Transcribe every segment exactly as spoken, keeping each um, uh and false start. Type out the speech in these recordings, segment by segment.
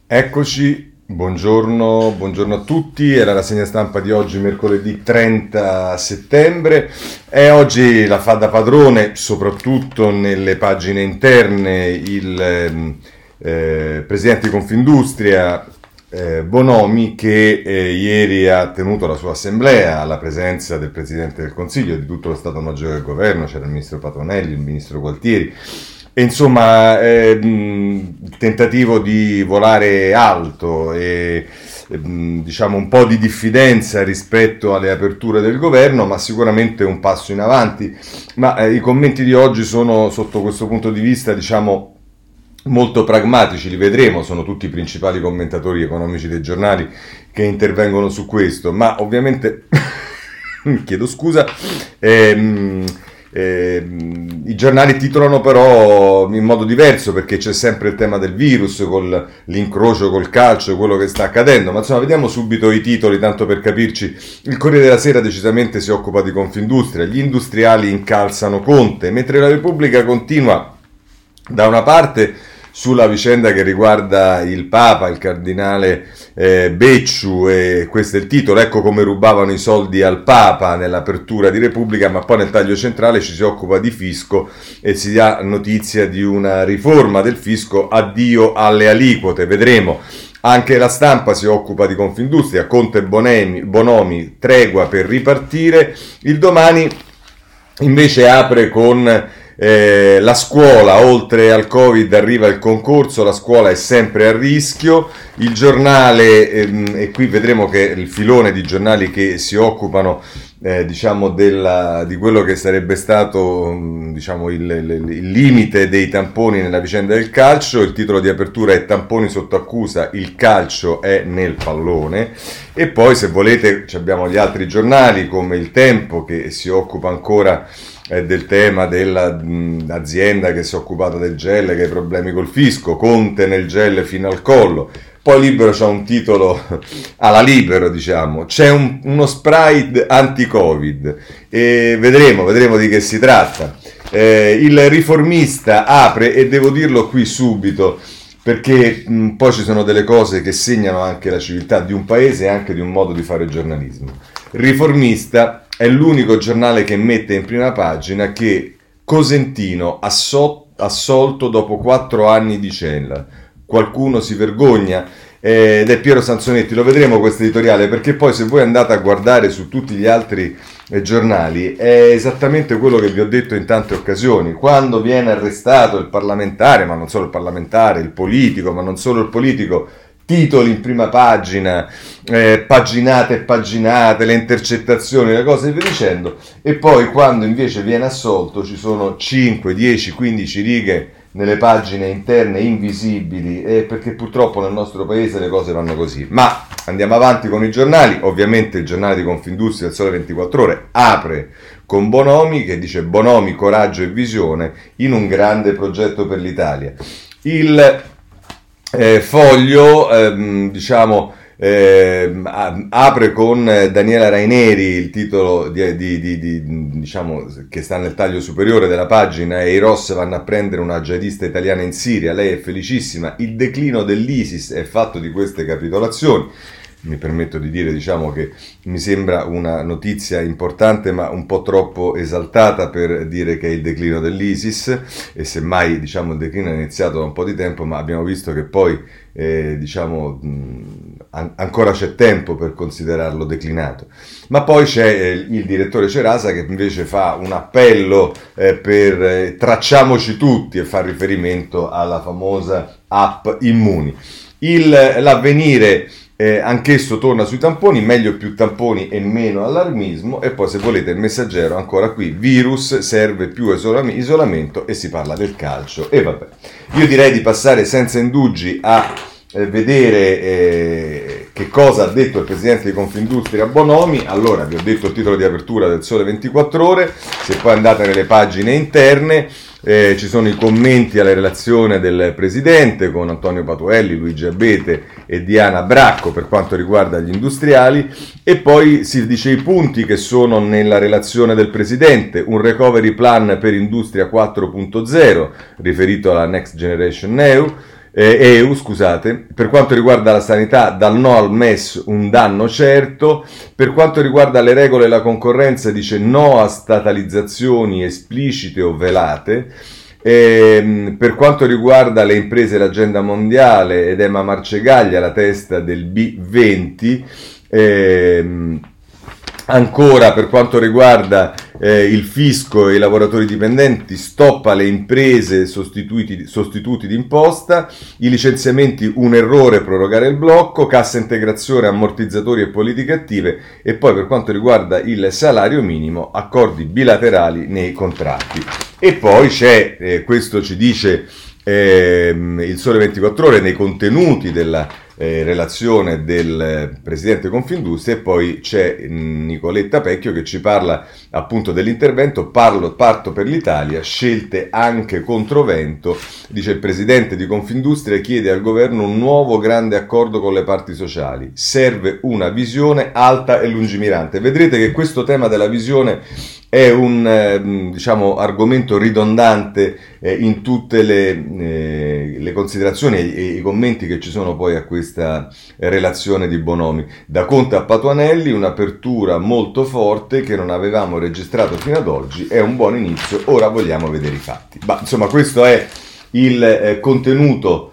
Eccoci, buongiorno, buongiorno a tutti, era la rassegna stampa di oggi, mercoledì trenta settembre, e oggi la fa da padrone, soprattutto nelle pagine interne, il ehm, eh, presidente di Confindustria eh, Bonomi, che eh, ieri ha tenuto la sua assemblea alla presenza del Presidente del Consiglio e di tutto lo Stato Maggiore del Governo. C'era il Ministro Patuanelli, il Ministro Gualtieri. E insomma, eh, il tentativo di volare alto e eh, diciamo un po' di diffidenza rispetto alle aperture del governo, ma sicuramente un passo in avanti. Ma eh, i commenti di oggi sono, sotto questo punto di vista, diciamo, molto pragmatici, li vedremo, sono tutti i principali commentatori economici dei giornali che intervengono su questo, ma ovviamente, chiedo scusa, ehm, Eh, i giornali titolano però in modo diverso, perché c'è sempre il tema del virus, con l'incrocio col calcio, quello che sta accadendo. Ma insomma, vediamo subito i titoli, tanto per capirci. Il Corriere della Sera decisamente si occupa di Confindustria, gli industriali incalzano Conte, mentre la Repubblica continua da una parte sulla vicenda che riguarda il Papa, il cardinale eh, Becciu, e questo è il titolo, ecco come rubavano i soldi al Papa nell'apertura di Repubblica, ma poi nel taglio centrale ci si occupa di fisco e si dà notizia di una riforma del fisco, addio alle aliquote, vedremo. Anche la Stampa si occupa di Confindustria, Conte e Bonomi, Bonomi, tregua per ripartire. Il Domani invece apre con Eh, la scuola, oltre al Covid arriva il concorso, la scuola è sempre a rischio. Il Giornale, ehm, e qui vedremo che il filone di giornali che si occupano eh, diciamo della, di quello che sarebbe stato diciamo il, il, il limite dei tamponi nella vicenda del calcio. Il titolo di apertura è tamponi sotto accusa, il calcio è nel pallone. E poi, se volete, abbiamo gli altri giornali come Il Tempo, che si occupa ancora del tema dell'azienda che si è occupata del gel, che ha problemi col fisco, Conte nel gel fino al collo. Poi Libero c'ha un titolo alla Libero, diciamo, c'è un, uno Sprite anti-Covid, e vedremo, vedremo di che si tratta. Eh, il Riformista apre, e devo dirlo qui subito, perché mh, poi ci sono delle cose che segnano anche la civiltà di un paese e anche di un modo di fare giornalismo. Riformista è l'unico giornale che mette in prima pagina che Cosentino asso- assolto dopo quattro anni di cella. Qualcuno si vergogna? Eh, ed è Piero Sansonetti. Lo vedremo questo editoriale, perché poi, se voi andate a guardare su tutti gli altri eh, giornali, è esattamente quello che vi ho detto in tante occasioni. Quando viene arrestato il parlamentare, ma non solo il parlamentare, il politico, ma non solo il politico, titoli in prima pagina, eh, paginate e paginate, le intercettazioni, le cose e via dicendo. E poi, quando invece viene assolto, ci sono cinque, dieci, quindici righe nelle pagine interne invisibili, eh, perché purtroppo nel nostro paese le cose vanno così. Ma andiamo avanti con i giornali. Ovviamente il giornale di Confindustria, il Sole ventiquattro Ore, apre con Bonomi, che dice: Bonomi, coraggio e visione in un grande progetto per l'Italia. Il Eh, Foglio, ehm, diciamo, ehm, apre con Daniela Raineri, il titolo di, di, di, di, diciamo, che sta nel taglio superiore della pagina, e i Ross vanno a prendere una jihadista italiana in Siria, lei è felicissima, il declino dell'ISIS è fatto di queste capitolazioni. Mi permetto di dire, diciamo, che mi sembra una notizia importante, ma un po' troppo esaltata per dire che è il declino dell'ISIS, e semmai, diciamo, il declino è iniziato da un po' di tempo, ma abbiamo visto che poi eh, diciamo mh, an- ancora c'è tempo per considerarlo declinato. Ma poi c'è eh, il direttore Cerasa, che invece fa un appello eh, per eh, tracciamoci tutti, e fa riferimento alla famosa app Immuni. Il, l'Avvenire Eh, anch'esso torna sui tamponi, meglio più tamponi e meno allarmismo. E poi, se volete, il Messaggero, ancora qui, virus, serve più isolam- isolamento, e si parla del calcio. E vabbè, io direi di passare senza indugi a eh, vedere eh, che cosa ha detto il presidente di Confindustria Bonomi. Allora, vi ho detto il titolo di apertura del Sole ventiquattro Ore, se poi andate nelle pagine interne, Eh, ci sono i commenti alla relazione del presidente con Antonio Patuelli, Luigi Abete e Diana Bracco per quanto riguarda gli industriali, e poi si dice i punti che sono nella relazione del presidente: un recovery plan per industria quattro punto zero riferito alla Next Generation E U, eh, E U, scusate. Per quanto riguarda la sanità, dal no al M E S un danno certo. Per quanto riguarda le regole e la concorrenza, dice no a statalizzazioni esplicite o velate. E, per quanto riguarda le imprese e l'agenda mondiale, ed Emma Marcegaglia alla testa del B venti. E, ancora per quanto riguarda eh, il fisco e i lavoratori dipendenti, stop alle imprese sostituti, sostituti d'imposta, i licenziamenti un errore, prorogare il blocco, cassa integrazione, ammortizzatori e politiche attive, e poi per quanto riguarda il salario minimo, accordi bilaterali nei contratti. E poi c'è, eh, questo ci dice eh, il Sole ventiquattro Ore, nei contenuti della eh, relazione del presidente Confindustria, e poi c'è Nicoletta Pecchio che ci parla appunto dell'intervento. Parlo, parto per l'Italia, scelte anche controvento, dice il presidente di Confindustria, chiede al governo un nuovo grande accordo con le parti sociali, serve una visione alta e lungimirante. Vedrete che questo tema della visione è un eh, diciamo, argomento ridondante eh, in tutte le, eh, le considerazioni e, e i commenti che ci sono poi a questa eh, relazione di Bonomi. Da Conte a Patuanelli, un'apertura molto forte che non avevamo registrato fino ad oggi, è un buon inizio, ora vogliamo vedere i fatti. Ma insomma, questo è il eh, contenuto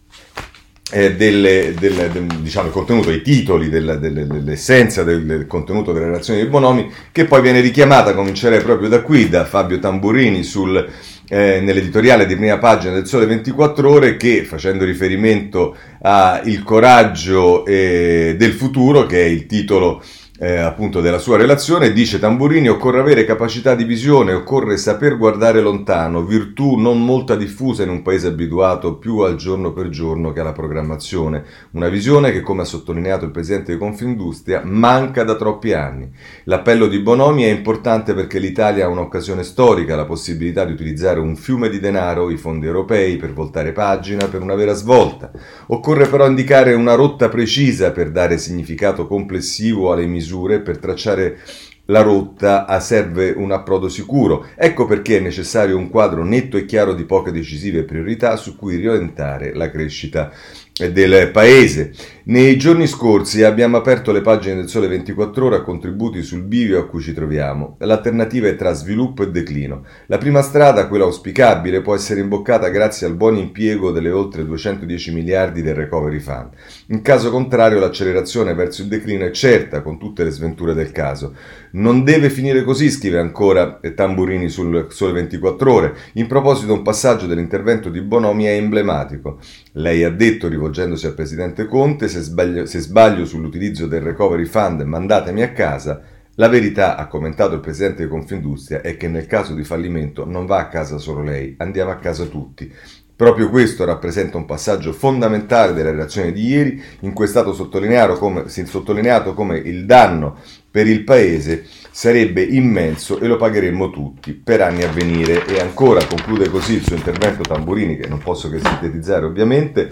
Eh, delle, delle, del, diciamo il contenuto, i titoli del, del, dell'essenza del, del contenuto della relazione di Bonomi, che poi viene richiamata, comincerei proprio da qui, da Fabio Tamburini sul, eh, nell'editoriale di prima pagina del Sole ventiquattro Ore, che, facendo riferimento a Il coraggio eh, del futuro, che è il titolo Eh, appunto della sua relazione, dice Tamburini: occorre avere capacità di visione, occorre saper guardare lontano, virtù non molto diffusa in un paese abituato più al giorno per giorno che alla programmazione, una visione che, come ha sottolineato il presidente di Confindustria, manca da troppi anni. L'appello di Bonomi è importante perché l'Italia ha un'occasione storica, la possibilità di utilizzare un fiume di denaro, i fondi europei, per voltare pagina, per una vera svolta. Occorre però indicare una rotta precisa per dare significato complessivo alle misure. Per tracciare la rotta serve un approdo sicuro. Ecco perché è necessario un quadro netto e chiaro di poche decisive priorità su cui riorientare la crescita del paese. Nei giorni scorsi abbiamo aperto le pagine del Sole ventiquattro Ore a contributi sul bivio a cui ci troviamo. L'alternativa è tra sviluppo e declino. La prima strada, quella auspicabile, può essere imboccata grazie al buon impiego delle oltre duecentodieci miliardi del Recovery Fund. In caso contrario, l'accelerazione verso il declino è certa, con tutte le sventure del caso. Non deve finire così, scrive ancora Tamburini sul Sole ventiquattro Ore. In proposito, un passaggio dell'intervento di Bonomi è emblematico. Lei ha detto, rivolgendosi al presidente Conte: se sbaglio, se sbaglio sull'utilizzo del Recovery Fund, mandatemi a casa. La verità, ha commentato il presidente di Confindustria, è che nel caso di fallimento non va a casa solo lei, andiamo a casa tutti. Proprio questo rappresenta un passaggio fondamentale della relazione di ieri, in cui è stato sottolineato come, sottolineato come il danno per il Paese sarebbe immenso e lo pagheremmo tutti per anni a venire. E ancora conclude così il suo intervento Tamburini, che non posso che sintetizzare ovviamente.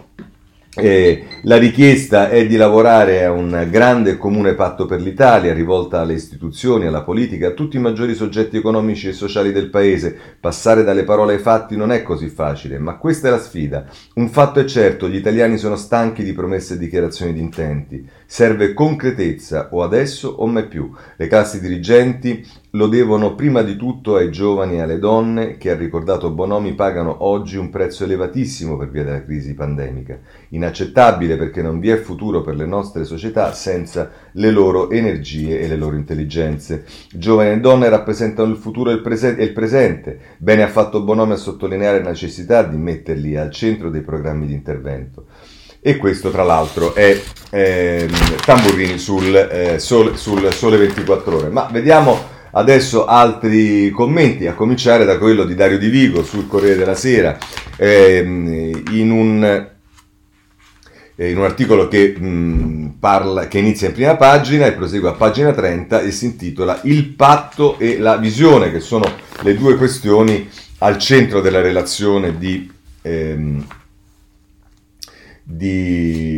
Eh, la richiesta è di lavorare a un grande e comune patto per l'Italia, rivolta alle istituzioni, alla politica, a tutti i maggiori soggetti economici e sociali del Paese. Passare dalle parole ai fatti non è così facile, ma questa è la sfida. Un fatto è certo: gli italiani sono stanchi di promesse e dichiarazioni di intenti. Serve concretezza, o adesso o mai più. Le classi dirigenti lo devono prima di tutto ai giovani e alle donne che, ha ricordato Bonomi, pagano oggi un prezzo elevatissimo per via della crisi pandemica. Inaccettabile, perché non vi è futuro per le nostre società senza le loro energie e le loro intelligenze. Giovani e donne rappresentano il futuro e il, prese- e il presente. Bene ha fatto Bonomi a sottolineare la necessità di metterli al centro dei programmi di intervento. E questo, tra l'altro, è eh, Tamburini sul, eh, sole, sul Sole ventiquattro Ore. Ma vediamo adesso altri commenti, a cominciare da quello di Dario Di Vigo sul Corriere della Sera, eh, in un... in un articolo che, mh, parla, che inizia in prima pagina e prosegue a pagina trenta e si intitola Il patto e la visione, che sono le due questioni al centro della relazione di, ehm, di,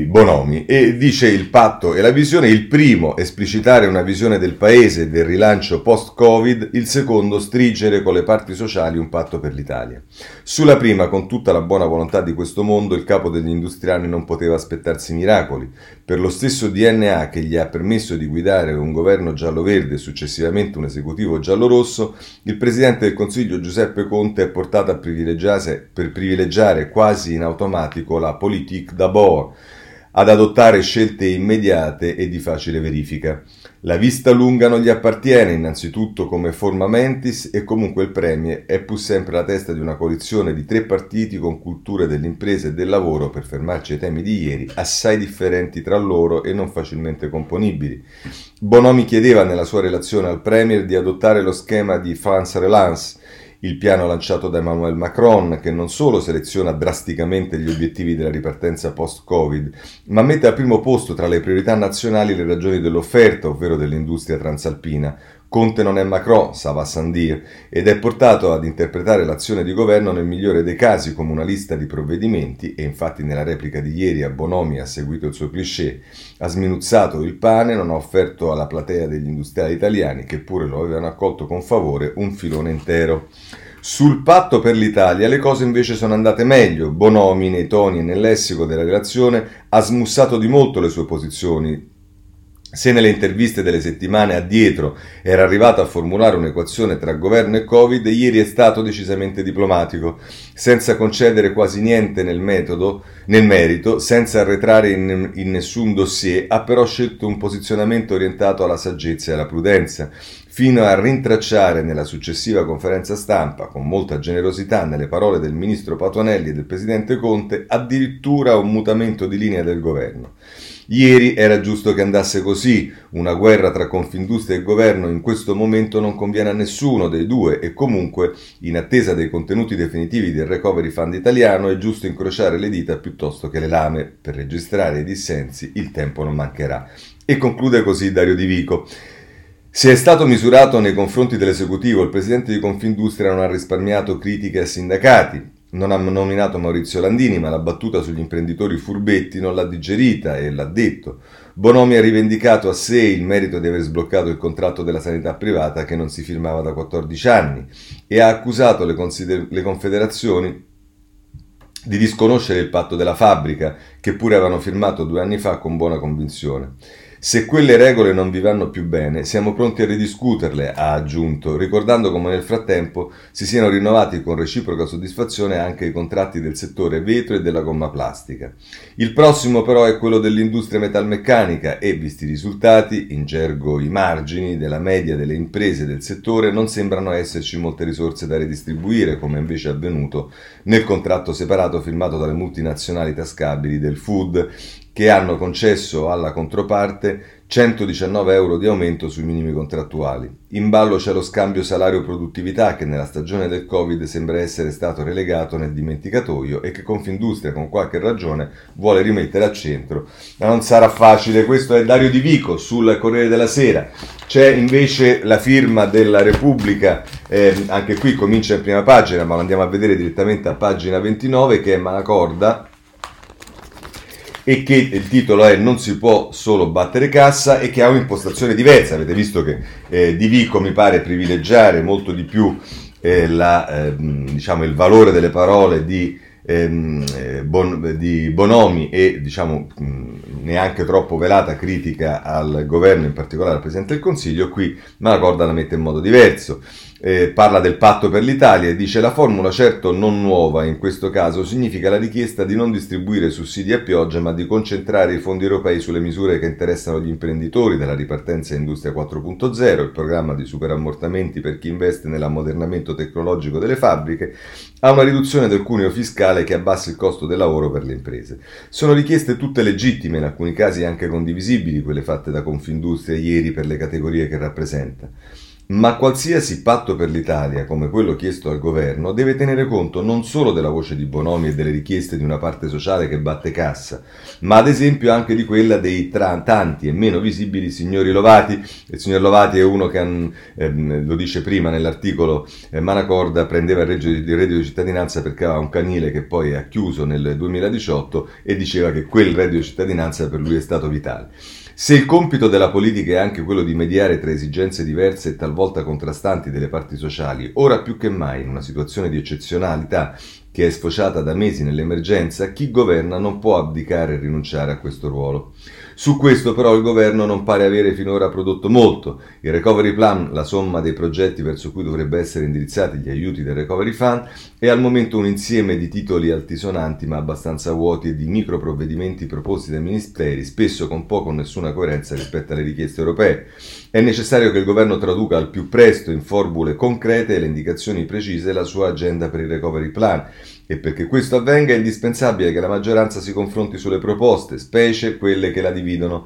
Bonomi, e dice il patto e la visione: il primo, esplicitare una visione del paese e del rilancio post-Covid; il secondo, stringere con le parti sociali un patto per l'Italia. Sulla prima, con tutta la buona volontà di questo mondo, il capo degli industriali non poteva aspettarsi miracoli. Per lo stesso D N A che gli ha permesso di guidare un governo giallo-verde e successivamente un esecutivo giallo-rosso, il Presidente del Consiglio Giuseppe Conte è portato a privilegiare, per privilegiare quasi in automatico la politique d'abord, ad adottare scelte immediate e di facile verifica. La vista lunga non gli appartiene, innanzitutto come forma mentis, e comunque il Premier è pur sempre la testa di una coalizione di tre partiti con culture dell'impresa e del lavoro, per fermarci ai temi di ieri, assai differenti tra loro e non facilmente componibili. Bonomi chiedeva nella sua relazione al Premier di adottare lo schema di France Relance, il piano lanciato da Emmanuel Macron, che non solo seleziona drasticamente gli obiettivi della ripartenza post-Covid, ma mette al primo posto tra le priorità nazionali le ragioni dell'offerta, ovvero dell'industria transalpina. Conte non è Macron, ça va sans dire, ed è portato ad interpretare l'azione di governo nel migliore dei casi come una lista di provvedimenti, e infatti nella replica di ieri a Bonomi ha seguito il suo cliché: ha sminuzzato il pane, non ha offerto alla platea degli industriali italiani, che pure lo avevano accolto con favore, un filone intero. Sul patto per l'Italia le cose invece sono andate meglio. Bonomi, nei toni e nel lessico della relazione, ha smussato di molto le sue posizioni. Se nelle interviste delle settimane addietro era arrivato a formulare un'equazione tra governo e Covid, ieri è stato decisamente diplomatico, senza concedere quasi niente nel metodo, nel merito, senza arretrare in, in nessun dossier, ha però scelto un posizionamento orientato alla saggezza e alla prudenza, fino a rintracciare nella successiva conferenza stampa, con molta generosità nelle parole del ministro Patuanelli e del presidente Conte, addirittura un mutamento di linea del governo. Ieri era giusto che andasse così. Una guerra tra Confindustria e governo in questo momento non conviene a nessuno dei due, e comunque, in attesa dei contenuti definitivi del Recovery Fund italiano, è giusto incrociare le dita piuttosto che le lame. Per registrare i dissensi il tempo non mancherà. E conclude così Dario Di Vico: se è stato misurato nei confronti dell'esecutivo, il presidente di Confindustria non ha risparmiato critiche a sindacati. Non ha nominato Maurizio Landini, ma la battuta sugli imprenditori furbetti non l'ha digerita e l'ha detto. Bonomi ha rivendicato a sé il merito di aver sbloccato il contratto della sanità privata che non si firmava da quattordici anni, e ha accusato le, consider- le confederazioni di disconoscere il patto della fabbrica, che pure avevano firmato due anni fa con buona convinzione. Se quelle regole non vi vanno più bene, siamo pronti a ridiscuterle, ha aggiunto, ricordando come nel frattempo si siano rinnovati con reciproca soddisfazione anche i contratti del settore vetro e della gomma plastica. Il prossimo però è quello dell'industria metalmeccanica e, visti i risultati, in gergo i margini della media delle imprese del settore, non sembrano esserci molte risorse da redistribuire, come invece è avvenuto nel contratto separato firmato dalle multinazionali tascabili del food, che hanno concesso alla controparte centodiciannove euro di aumento sui minimi contrattuali. In ballo c'è lo scambio salario-produttività, che nella stagione del Covid sembra essere stato relegato nel dimenticatoio e che Confindustria, con qualche ragione, vuole rimettere al centro. Ma non sarà facile. Questo è Dario Di Vico sul Corriere della Sera. C'è invece la firma della Repubblica, eh, anche qui comincia in prima pagina, ma lo andiamo a vedere direttamente a pagina ventinove, che è Malacorda, e che il titolo è "Non si può solo battere cassa", e che ha un'impostazione diversa. Avete visto che eh, Di Vico mi pare privilegiare molto di più eh, la, eh, diciamo, il valore delle parole di, ehm, bon, di Bonomi e, diciamo, mh, neanche troppo velata critica al governo, in particolare al Presidente del Consiglio. Qui Malacorda la mette in modo diverso. Eh, parla del patto per l'Italia e dice: la formula, certo non nuova in questo caso, significa la richiesta di non distribuire sussidi a pioggia, ma di concentrare i fondi europei sulle misure che interessano gli imprenditori, dalla ripartenza Industria quattro punto zero, il programma di superammortamenti per chi investe nell'ammodernamento tecnologico delle fabbriche, a una riduzione del cuneo fiscale che abbassi il costo del lavoro per le imprese. Sono richieste tutte legittime, in alcuni casi anche condivisibili, quelle fatte da Confindustria ieri per le categorie che rappresenta. Ma qualsiasi patto per l'Italia, come quello chiesto al governo, deve tenere conto non solo della voce di Bonomi e delle richieste di una parte sociale che batte cassa, ma ad esempio anche di quella dei tra- tanti e meno visibili signori Lovati. Il signor Lovati è uno che, ehm, lo dice prima nell'articolo, eh, Manacorda prendeva il reddito, il reddito di cittadinanza perché aveva un canile che poi ha chiuso nel duemiladiciotto e diceva che quel reddito di cittadinanza per lui è stato vitale. Se il compito della politica è anche quello di mediare tra esigenze diverse e talvolta contrastanti delle parti sociali, ora più che mai in una situazione di eccezionalità che è sfociata da mesi nell'emergenza, chi governa non può abdicare e rinunciare a questo ruolo. Su questo però il governo non pare avere finora prodotto molto. Il Recovery Plan, la somma dei progetti verso cui dovrebbe essere indirizzati gli aiuti del Recovery Fund, è al momento un insieme di titoli altisonanti ma abbastanza vuoti e di micro provvedimenti proposti dai ministeri, spesso con poco o nessuna coerenza rispetto alle richieste europee. È necessario che il governo traduca al più presto in formule concrete e le indicazioni precise la sua agenda per il Recovery Plan. E perché questo avvenga è indispensabile che la maggioranza si confronti sulle proposte, specie quelle che la dividono.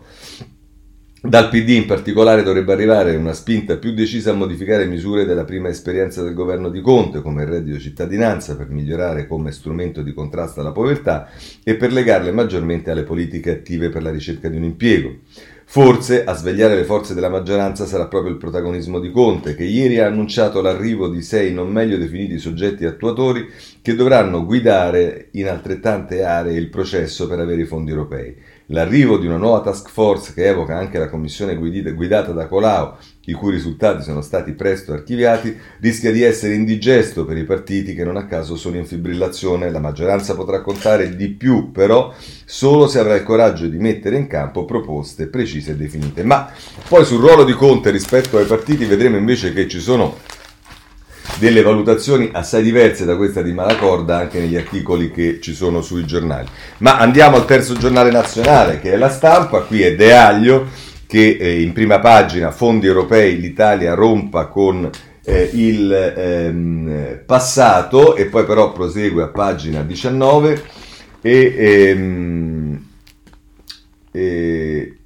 Dal P D in particolare dovrebbe arrivare una spinta più decisa a modificare misure della prima esperienza del governo di Conte, come il reddito cittadinanza, per migliorare come strumento di contrasto alla povertà e per legarle maggiormente alle politiche attive per la ricerca di un impiego. Forse a svegliare le forze della maggioranza sarà proprio il protagonismo di Conte, che ieri ha annunciato l'arrivo di sei non meglio definiti soggetti attuatori che dovranno guidare in altrettante aree il processo per avere i fondi europei. L'arrivo di una nuova task force che evoca anche la commissione guidata da Colau, i cui risultati sono stati presto archiviati, rischia di essere indigesto per i partiti che non a caso sono in fibrillazione. La maggioranza potrà contare di più, però, solo se avrà il coraggio di mettere in campo proposte precise e definite. Ma poi sul ruolo di Conte rispetto ai partiti vedremo invece che ci sono delle valutazioni assai diverse da questa di Manacorda anche negli articoli che ci sono sui giornali. Ma andiamo al terzo giornale nazionale, che è La Stampa. Qui è De Aglio che eh, in prima pagina: fondi europei, l'Italia rompa con eh, il ehm, passato, e poi però prosegue a pagina diciannove e, ehm, e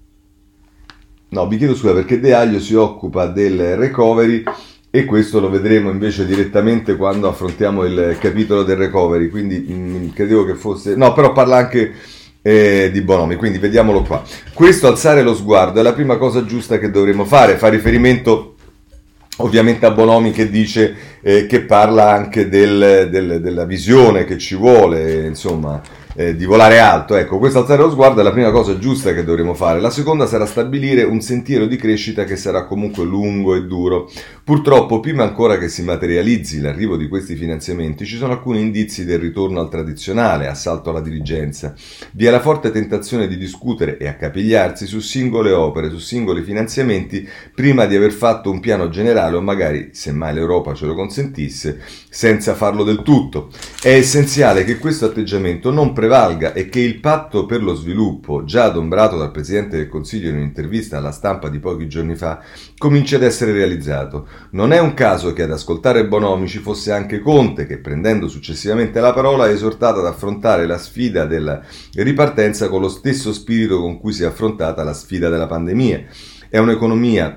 no, vi chiedo scusa perché De Aglio si occupa del recovery e questo lo vedremo invece direttamente quando affrontiamo il capitolo del recovery, quindi mh, credevo che fosse... No, però parla anche eh, di Bonomi, quindi vediamolo qua. Questo alzare lo sguardo è la prima cosa giusta che dovremo fare, fa riferimento ovviamente a Bonomi che dice eh, che parla anche del, del, della visione che ci vuole, insomma... Eh, di volare alto. Ecco, questo alzare lo sguardo è la prima cosa giusta che dovremo fare. La seconda sarà stabilire un sentiero di crescita che sarà comunque lungo e duro. Purtroppo, prima ancora che si materializzi l'arrivo di questi finanziamenti, ci sono alcuni indizi del ritorno al tradizionale assalto alla dirigenza. Vi è la forte tentazione di discutere e accapigliarsi su singole opere, su singoli finanziamenti, prima di aver fatto un piano generale o magari, semmai l'Europa ce lo consentisse, senza farlo del tutto. È essenziale che questo atteggiamento non prevalga e che il patto per lo sviluppo, già adombrato dal Presidente del Consiglio in un'intervista alla Stampa di pochi giorni fa, cominci ad essere realizzato. Non è un caso che ad ascoltare Bonomi ci fosse anche Conte, che prendendo successivamente la parola ha esortato ad affrontare la sfida della ripartenza con lo stesso spirito con cui si è affrontata la sfida della pandemia. È un'economia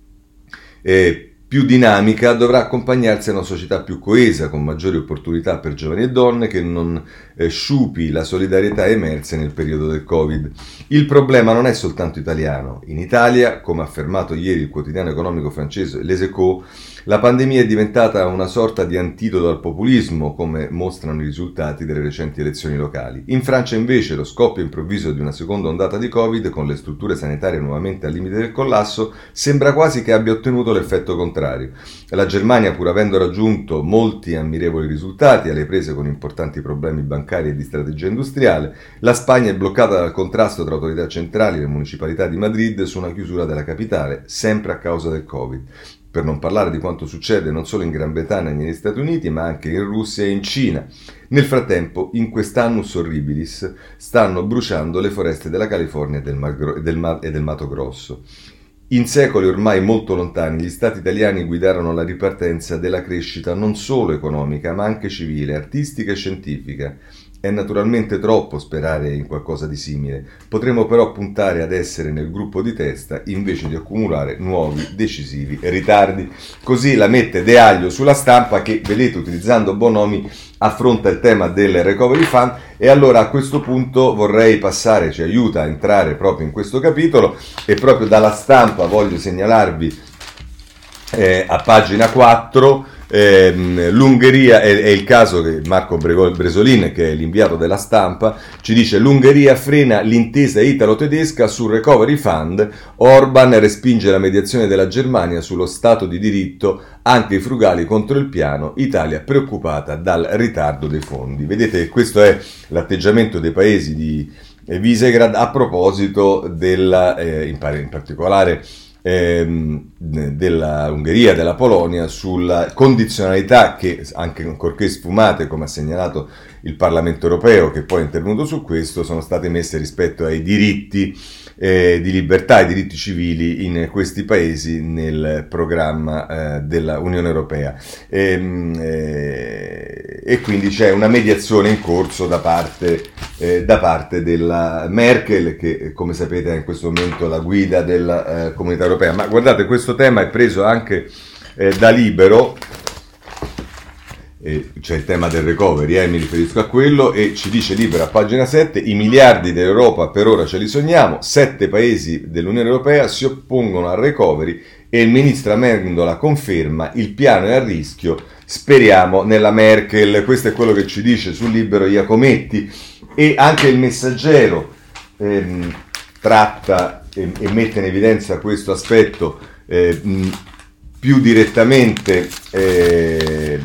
eh, più dinamica, dovrà accompagnarsi a una società più coesa, con maggiori opportunità per giovani e donne, che non eh, sciupi la solidarietà emerse nel periodo del Covid. Il problema non è soltanto italiano. In Italia, come ha affermato ieri il quotidiano economico francese Les Echos, la pandemia è diventata una sorta di antidoto al populismo, come mostrano i risultati delle recenti elezioni locali. In Francia invece lo scoppio improvviso di una seconda ondata di Covid, con le strutture sanitarie nuovamente al limite del collasso, sembra quasi che abbia ottenuto l'effetto contrario. La Germania, pur avendo raggiunto molti ammirevoli risultati, alle prese con importanti problemi bancari e di strategia industriale, la Spagna è bloccata dal contrasto tra autorità centrali e le municipalità di Madrid su una chiusura della capitale, sempre a causa del Covid. Per non parlare di quanto succede non solo in Gran Bretagna e negli Stati Uniti, ma anche in Russia e in Cina. Nel frattempo, in quest'annus horribilis, stanno bruciando le foreste della California e del, Mar- e del, Ma- e del Mato Grosso. In secoli ormai molto lontani, gli stati italiani guidarono la ripartenza della crescita non solo economica, ma anche civile, artistica e scientifica. È naturalmente troppo sperare in qualcosa di simile, potremmo però puntare ad essere nel gruppo di testa invece di accumulare nuovi decisivi ritardi. Così la mette De Aglio sulla Stampa che, vedete, utilizzando Bonomi affronta il tema del Recovery Fund. E allora a questo punto vorrei passare, ci aiuta a entrare proprio in questo capitolo, e proprio dalla Stampa voglio segnalarvi eh, a pagina quattro Eh, l'Ungheria, è, è il caso che Marco Bresolin, che è l'inviato della Stampa, ci dice: l'Ungheria frena l'intesa italo-tedesca sul Recovery Fund, Orban respinge la mediazione della Germania sullo Stato di diritto, anche i frugali contro il piano, Italia preoccupata dal ritardo dei fondi. Vedete che questo è l'atteggiamento dei paesi di Visegrad a proposito della, eh, in, in particolare della Ungheria, della Polonia, sulla condizionalità che, anche ancorché sfumate, come ha segnalato il Parlamento europeo, che poi è intervenuto su questo, sono state messe rispetto ai diritti eh, di libertà e diritti civili in questi paesi nel programma eh, della Unione Europea. E, eh, e quindi c'è una mediazione in corso da parte, eh, da parte della Merkel, che come sapete è in questo momento la guida della eh, Comunità Europea. Ma guardate, questo tema è preso anche eh, da Libero, eh, c'è il tema del recovery, eh, mi riferisco a quello, e ci dice Libero a pagina sette: i miliardi dell'Europa per ora ce li sogniamo, sette paesi dell'Unione Europea si oppongono al recovery e il ministro Amendola conferma il piano è a rischio, speriamo nella Merkel. Questo è quello che ci dice sul Libero Iacometti. E anche il Messaggero ehm, tratta e, e mette in evidenza questo aspetto eh, mh, più direttamente eh,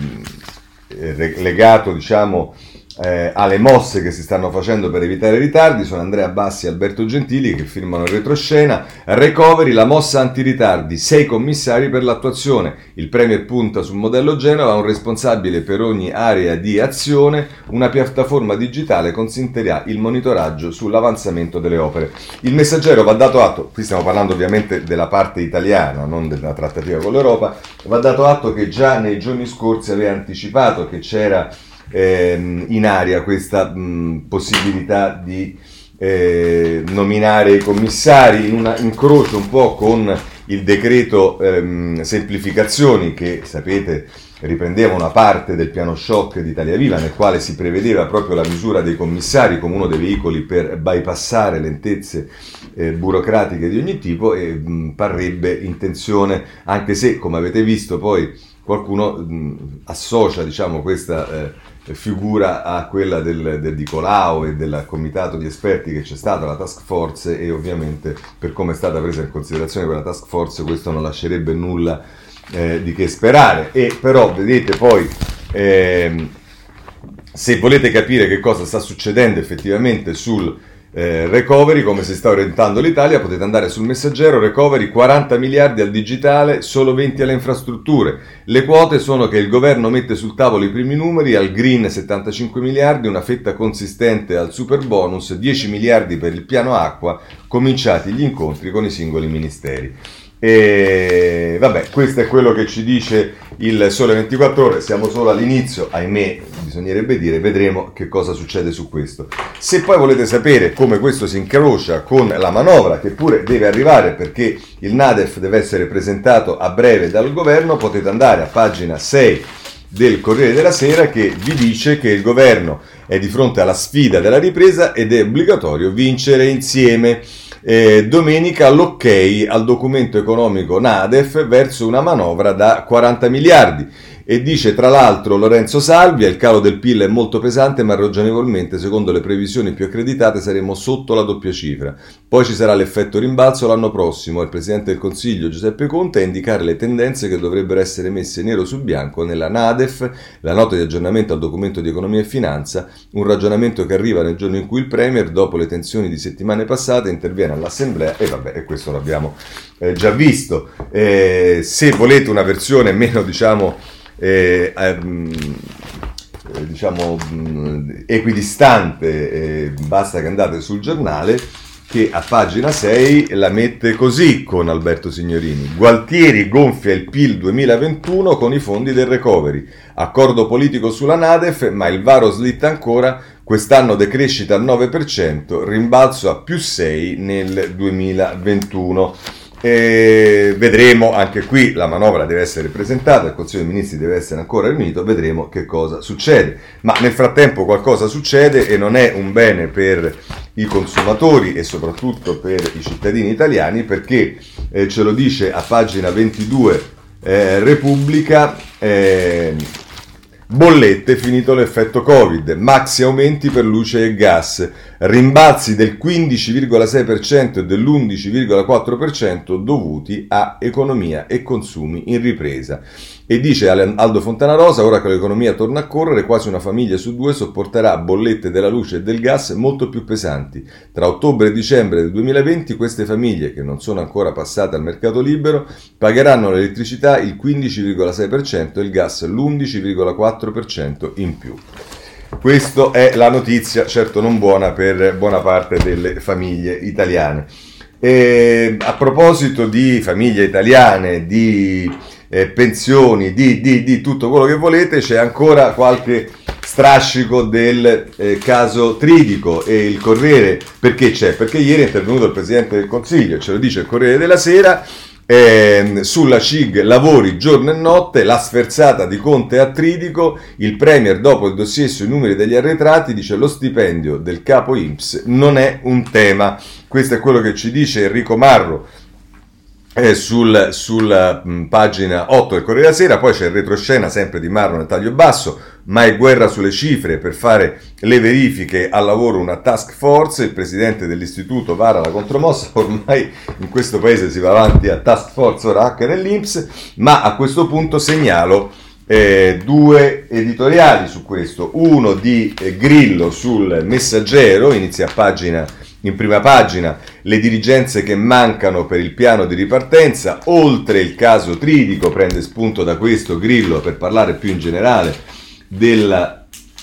legato, diciamo, eh, alle mosse che si stanno facendo per evitare ritardi. Sono Andrea Bassi e Alberto Gentili che firmano il retroscena. Recovery, la mossa antiritardi, sei commissari per l'attuazione, il Premier punta sul modello Genova, un responsabile per ogni area di azione, una piattaforma digitale consentirà il monitoraggio sull'avanzamento delle opere. Il Messaggero va dato atto, qui stiamo parlando ovviamente della parte italiana, non della trattativa con l'Europa, va dato atto che già nei giorni scorsi aveva anticipato che c'era in aria questa mh, possibilità di eh, nominare i commissari, in un incrocio un po' con il decreto ehm, semplificazioni che, sapete, riprendeva una parte del piano shock di Italia Viva, nel quale si prevedeva proprio la misura dei commissari come uno dei veicoli per bypassare lentezze eh, burocratiche di ogni tipo, e mh, parrebbe intenzione, anche se, come avete visto, poi qualcuno mh, associa, diciamo, questa eh, figura a quella del, del Di Colau e del comitato di esperti che c'è stata, la task force, e ovviamente per come è stata presa in considerazione quella task force questo non lascerebbe nulla eh, di che sperare. E però vedete poi eh, se volete capire che cosa sta succedendo effettivamente sul Eh, recovery, come si sta orientando l'Italia, potete andare sul Messaggero. Recovery, quaranta miliardi al digitale, solo venti alle infrastrutture. Le quote sono che il governo mette sul tavolo i primi numeri: al green settantacinque miliardi, una fetta consistente al super bonus, dieci miliardi per il piano acqua, cominciati gli incontri con i singoli ministeri. E vabbè, questo è quello che ci dice il Sole ventiquattro Ore, siamo solo all'inizio, ahimè, bisognerebbe dire, vedremo che cosa succede su questo. Se poi volete sapere come questo si incrocia con la manovra, che pure deve arrivare perché il NADEF deve essere presentato a breve dal governo, potete andare a pagina sei del Corriere della Sera, che vi dice che il governo è di fronte alla sfida della ripresa ed è obbligatorio vincere insieme. Eh, domenica l'ok al documento economico NADEF verso una manovra da quaranta miliardi. E dice tra l'altro Lorenzo Salvia: il calo del P I L è molto pesante, ma ragionevolmente secondo le previsioni più accreditate saremo sotto la doppia cifra. Poi ci sarà l'effetto rimbalzo l'anno prossimo. Il Presidente del Consiglio Giuseppe Conte a indicare le tendenze che dovrebbero essere messe nero su bianco nella NADEF, la nota di aggiornamento al documento di economia e finanza, un ragionamento che arriva nel giorno in cui il Premier, dopo le tensioni di settimane passate, interviene all'Assemblea, e vabbè, e questo l'abbiamo eh, già visto. Eh, se volete una versione meno, diciamo, Eh, ehm, diciamo mh, equidistante, eh, basta che andate sul Giornale, che a pagina sei la mette così con Alberto Signorini: Gualtieri gonfia il P I L duemilaventuno con i fondi del recovery, accordo politico sulla NADEF, ma il varo slitta ancora quest'anno decrescita al nove per cento, rimbalzo a più sei nel duemilaventuno. E vedremo, anche qui la manovra deve essere presentata, il Consiglio dei Ministri deve essere ancora riunito, vedremo che cosa succede. Ma nel frattempo qualcosa succede e non è un bene per i consumatori e soprattutto per i cittadini italiani, perché eh, ce lo dice a pagina ventidue eh, Repubblica, eh, bollette, finito l'effetto Covid, maxi aumenti per luce e gas, rimbalzi del quindici virgola sei per cento e dell'undici virgola quattro per cento dovuti a economia e consumi in ripresa. E dice Aldo Fontanarosa, ora che l'economia torna a correre, quasi una famiglia su due sopporterà bollette della luce e del gas molto più pesanti. Tra ottobre e dicembre del duemilaventi queste famiglie, che non sono ancora passate al mercato libero, pagheranno l'elettricità il quindici virgola sei per cento e il gas l'undici virgola quattro per cento in più. Questa è la notizia, certo non buona per buona parte delle famiglie italiane. E a proposito di famiglie italiane, di eh, pensioni, di, di, di tutto quello che volete, c'è ancora qualche strascico del eh, caso Tridico e il Corriere. Perché c'è? Perché ieri è intervenuto il Presidente del Consiglio, ce lo dice il Corriere della Sera, Eh, sulla C I G lavori giorno e notte, la sferzata di Conte a Tridico, il Premier dopo il dossier sui numeri degli arretrati dice lo stipendio del capo I N P S non è un tema. Questo è quello che ci dice Enrico Marro eh, sul, sulla mh, pagina otto del Corriere della Sera. Poi c'è il retroscena sempre di Marro nel taglio basso, ma è guerra sulle cifre per fare le verifiche al lavoro una task force, il presidente dell'istituto vara la contromossa, ormai in questo paese si va avanti a task force ora anche nell'I N P S, ma a questo punto segnalo eh, due editoriali su questo, uno di eh, Grillo sul Messaggero, inizia a pagina in prima pagina, le dirigenze che mancano per il piano di ripartenza, oltre il caso Tridico, prende spunto da questo Grillo per parlare più in generale della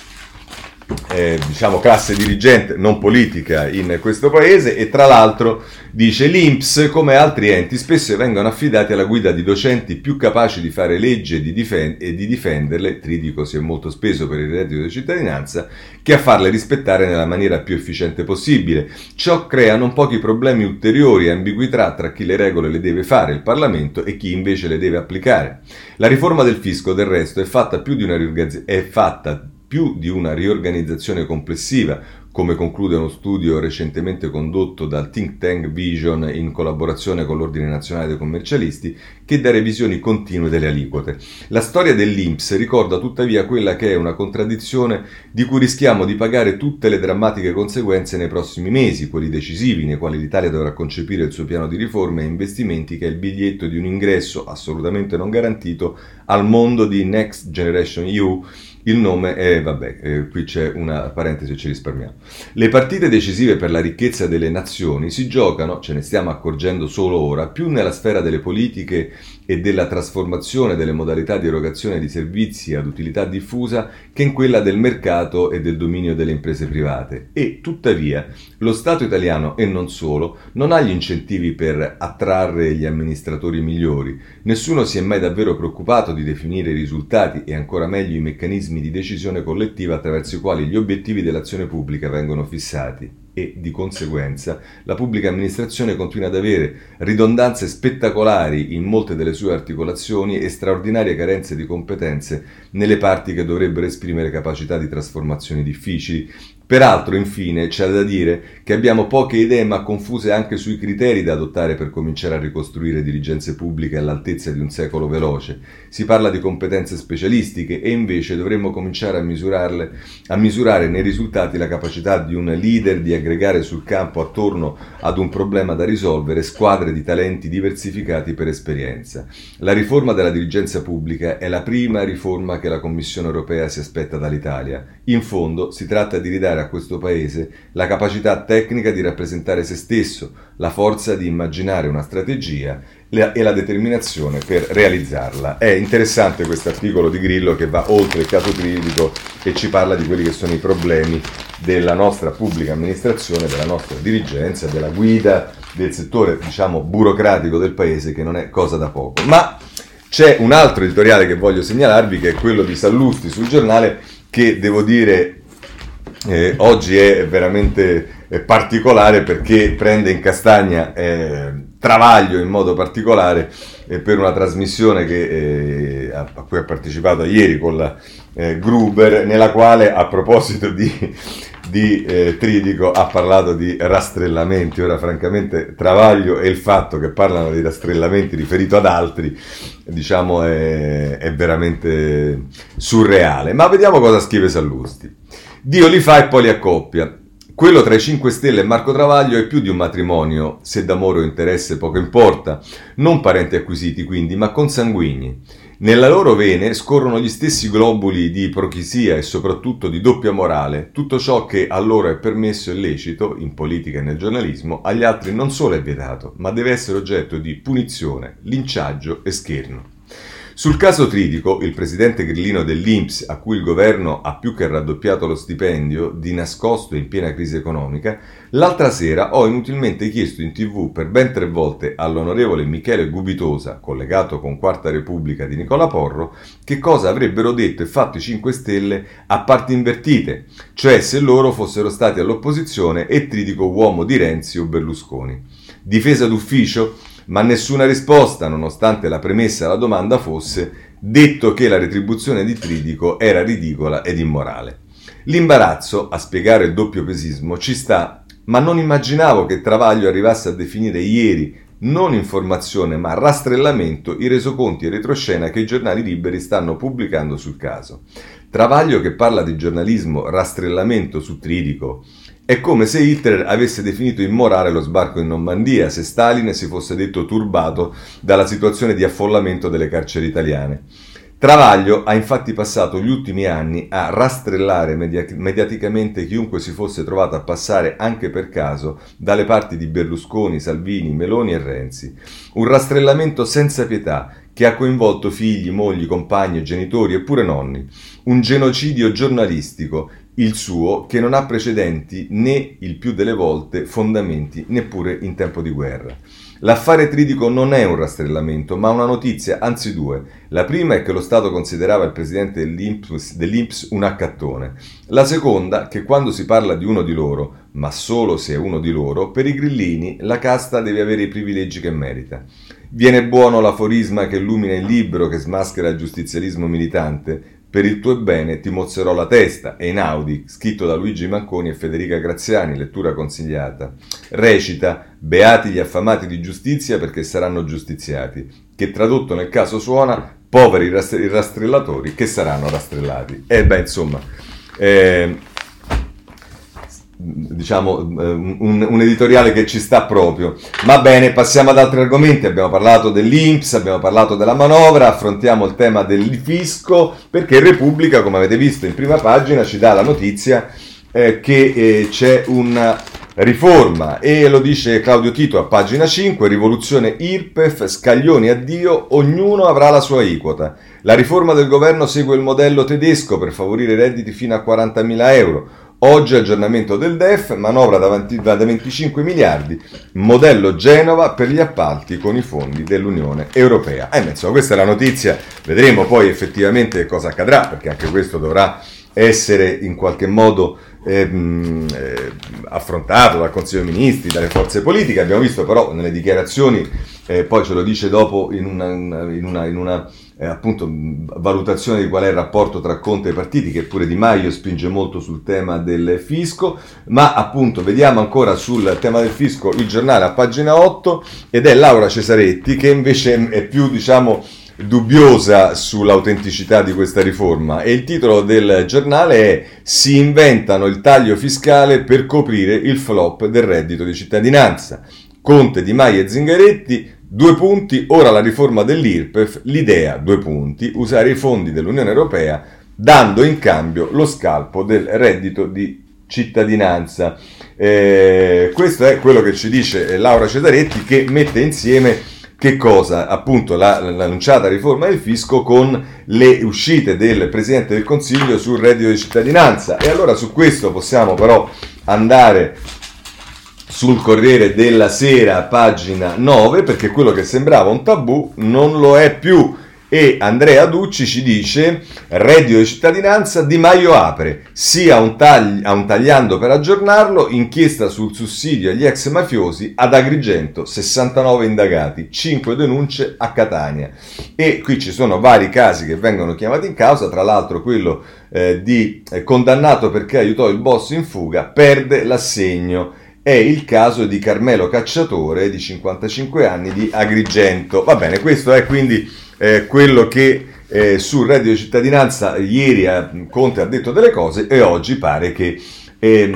eh, diciamo classe dirigente non politica in questo paese, e tra l'altro dice l'I N P S come altri enti spesso vengono affidati alla guida di docenti più capaci di fare leggi e di, difend- e di difenderle, Tridico si è molto speso per il reddito di cittadinanza, che a farle rispettare nella maniera più efficiente possibile. Ciò crea non pochi problemi ulteriori e ambiguità tra chi le regole le deve fare, il Parlamento, e chi invece le deve applicare. La riforma del fisco, del resto, è fatta più di una riorganizzazione, è fatta più di una riorganizzazione complessiva, come conclude uno studio recentemente condotto dal think tank Vision in collaborazione con l'Ordine Nazionale dei Commercialisti, che da revisioni continue delle aliquote. La storia dell'I N P S ricorda tuttavia quella che è una contraddizione di cui rischiamo di pagare tutte le drammatiche conseguenze nei prossimi mesi, quelli decisivi nei quali l'Italia dovrà concepire il suo piano di riforme e investimenti, che è il biglietto di un ingresso assolutamente non garantito al mondo di Next Generation E U. Il nome è, vabbè, eh, qui c'è una parentesi e ci risparmiamo. Le partite decisive per la ricchezza delle nazioni si giocano, ce ne stiamo accorgendo solo ora, più nella sfera delle politiche e della trasformazione delle modalità di erogazione di servizi ad utilità diffusa che in quella del mercato e del dominio delle imprese private. E, tuttavia, lo Stato italiano, e non solo, non ha gli incentivi per attrarre gli amministratori migliori. Nessuno si è mai davvero preoccupato di definire i risultati e ancora meglio i meccanismi di decisione collettiva attraverso i quali gli obiettivi dell'azione pubblica vengono fissati. E, di conseguenza, la pubblica amministrazione continua ad avere ridondanze spettacolari in molte delle sue articolazioni e straordinarie carenze di competenze nelle parti che dovrebbero esprimere capacità di trasformazioni difficili. Peraltro, infine, c'è da dire che abbiamo poche idee ma confuse anche sui criteri da adottare per cominciare a ricostruire dirigenze pubbliche all'altezza di un secolo veloce. Si parla di competenze specialistiche e invece dovremmo cominciare a misurarle, a misurare nei risultati la capacità di un leader di aggregare sul campo attorno ad un problema da risolvere squadre di talenti diversificati per esperienza. La riforma della dirigenza pubblica è la prima riforma che la Commissione europea si aspetta dall'Italia. In fondo si tratta di ridare a questo paese la capacità tecnica di rappresentare se stesso, la forza di immaginare una strategia e la determinazione per realizzarla. È interessante questo articolo di Grillo che va oltre il caso Tridico e ci parla di quelli che sono i problemi della nostra pubblica amministrazione, della nostra dirigenza, della guida del settore, diciamo, burocratico del paese, che non è cosa da poco. Ma c'è un altro editoriale che voglio segnalarvi, che è quello di Sallusti sul Giornale, che devo dire Eh, oggi è veramente eh, particolare perché prende in castagna eh, Travaglio in modo particolare eh, per una trasmissione che, eh, a, a cui ha partecipato ieri con la eh, Gruber, nella quale a proposito di, di eh, Tridico ha parlato di rastrellamenti. Ora francamente Travaglio e il fatto che parlano di rastrellamenti riferito ad altri, diciamo, è, è veramente surreale. Ma vediamo cosa scrive Sallusti. Dio li fa e poi li accoppia. Quello tra i cinque Stelle e Marco Travaglio è più di un matrimonio, se d'amore o interesse poco importa, non parenti acquisiti quindi, ma consanguigni. Nella loro vene scorrono gli stessi globuli di ipocrisia e soprattutto di doppia morale, tutto ciò che a loro è permesso e lecito, in politica e nel giornalismo, agli altri non solo è vietato, ma deve essere oggetto di punizione, linciaggio e scherno. Sul caso Tridico, il presidente grillino dell'I N P S, a cui il governo ha più che raddoppiato lo stipendio, di nascosto in piena crisi economica, l'altra sera ho inutilmente chiesto in tv per ben tre volte all'onorevole Michele Gubitosa, collegato con Quarta Repubblica di Nicola Porro, che cosa avrebbero detto e fatto i cinque Stelle a parti invertite, cioè se loro fossero stati all'opposizione e Tridico uomo di Renzi o Berlusconi. Difesa d'ufficio? Ma nessuna risposta, nonostante la premessa alla domanda fosse detto che la retribuzione di Tridico era ridicola ed immorale. L'imbarazzo, a spiegare il doppio pesismo, ci sta, ma non immaginavo che Travaglio arrivasse a definire ieri, non informazione ma rastrellamento, i resoconti e retroscena che i giornali liberi stanno pubblicando sul caso. Travaglio che parla di giornalismo rastrellamento su Tridico. È come se Hitler avesse definito immorale lo sbarco in Normandia, se Stalin si fosse detto turbato dalla situazione di affollamento delle carceri italiane. Travaglio ha infatti passato gli ultimi anni a rastrellare media- mediaticamente chiunque si fosse trovato a passare anche per caso dalle parti di Berlusconi, Salvini, Meloni e Renzi. Un rastrellamento senza pietà che ha coinvolto figli, mogli, compagni, genitori e pure nonni. Un genocidio giornalistico, il suo, che non ha precedenti né, il più delle volte, fondamenti neppure in tempo di guerra. L'affare Tridico non è un rastrellamento, ma una notizia, anzi due. La prima è che lo Stato considerava il presidente dell'I N P S, dell'I N P S un accattone. La seconda, che quando si parla di uno di loro, ma solo se è uno di loro, per i grillini la casta deve avere i privilegi che merita. Viene buono l'aforisma che illumina il libro che smaschera il giustizialismo militante. Per il tuo bene ti mozzerò la testa, Einaudi, scritto da Luigi Manconi e Federica Graziani, lettura consigliata. Recita, beati gli affamati di giustizia perché saranno giustiziati, che tradotto nel caso suona, poveri i rastrellatori che saranno rastrellati. E beh, insomma, eh, diciamo un, un editoriale che ci sta proprio. Ma bene, passiamo ad altri argomenti. Abbiamo parlato dell'I N P S, abbiamo parlato della manovra, affrontiamo il tema del fisco, perché Repubblica, come avete visto in prima pagina, ci dà la notizia eh, che eh, c'è una riforma, e lo dice Claudio Tito a pagina cinque, rivoluzione I R P E F, scaglioni addio, ognuno avrà la sua aliquota. La riforma del governo segue il modello tedesco per favorire redditi fino a quarantamila euro. Oggi aggiornamento del D E F, manovra da, da venticinque miliardi, modello Genova per gli appalti con i fondi dell'Unione Europea. Eh, insomma, questa è la notizia, vedremo poi effettivamente cosa accadrà, perché anche questo dovrà essere in qualche modo ehm, eh, affrontato dal Consiglio dei Ministri, dalle forze politiche. Abbiamo visto però nelle dichiarazioni, eh, poi ce lo dice dopo in una, in una, in una eh, appunto valutazione di qual è il rapporto tra Conte e i partiti, che pure Di Maio spinge molto sul tema del fisco, ma appunto vediamo ancora sul tema del fisco il giornale a pagina otto, ed è Laura Cesaretti che invece è più, diciamo, dubbiosa sull'autenticità di questa riforma, e il titolo del giornale è "Si inventano il taglio fiscale per coprire il flop del reddito di cittadinanza. Conte, Di Maio e Zingaretti, due punti, ora la riforma dell'I R P E F, l'idea, due punti, usare i fondi dell'Unione Europea dando in cambio lo scalpo del reddito di cittadinanza". Eh, questo è quello che ci dice Laura Cesaretti, che mette insieme che cosa? Appunto la, l'annunciata riforma del fisco con le uscite del Presidente del Consiglio sul reddito di cittadinanza. E allora su questo possiamo però andare sul Corriere della Sera, pagina nove, perché quello che sembrava un tabù non lo è più. E Andrea Ducci ci dice: reddito di cittadinanza, Di Maio apre, sia un, tagli, a un tagliando per aggiornarlo, inchiesta sul sussidio agli ex mafiosi, ad Agrigento sessantanove indagati, cinque denunce a Catania. E qui ci sono vari casi che vengono chiamati in causa, tra l'altro quello eh, di eh, condannato perché aiutò il boss in fuga, perde l'assegno. È il caso di Carmelo Cacciatore, di cinquantacinque anni, di Agrigento. Va bene, questo è quindi eh, quello che eh, sul reddito di cittadinanza ieri eh, Conte ha detto delle cose, e oggi pare che eh,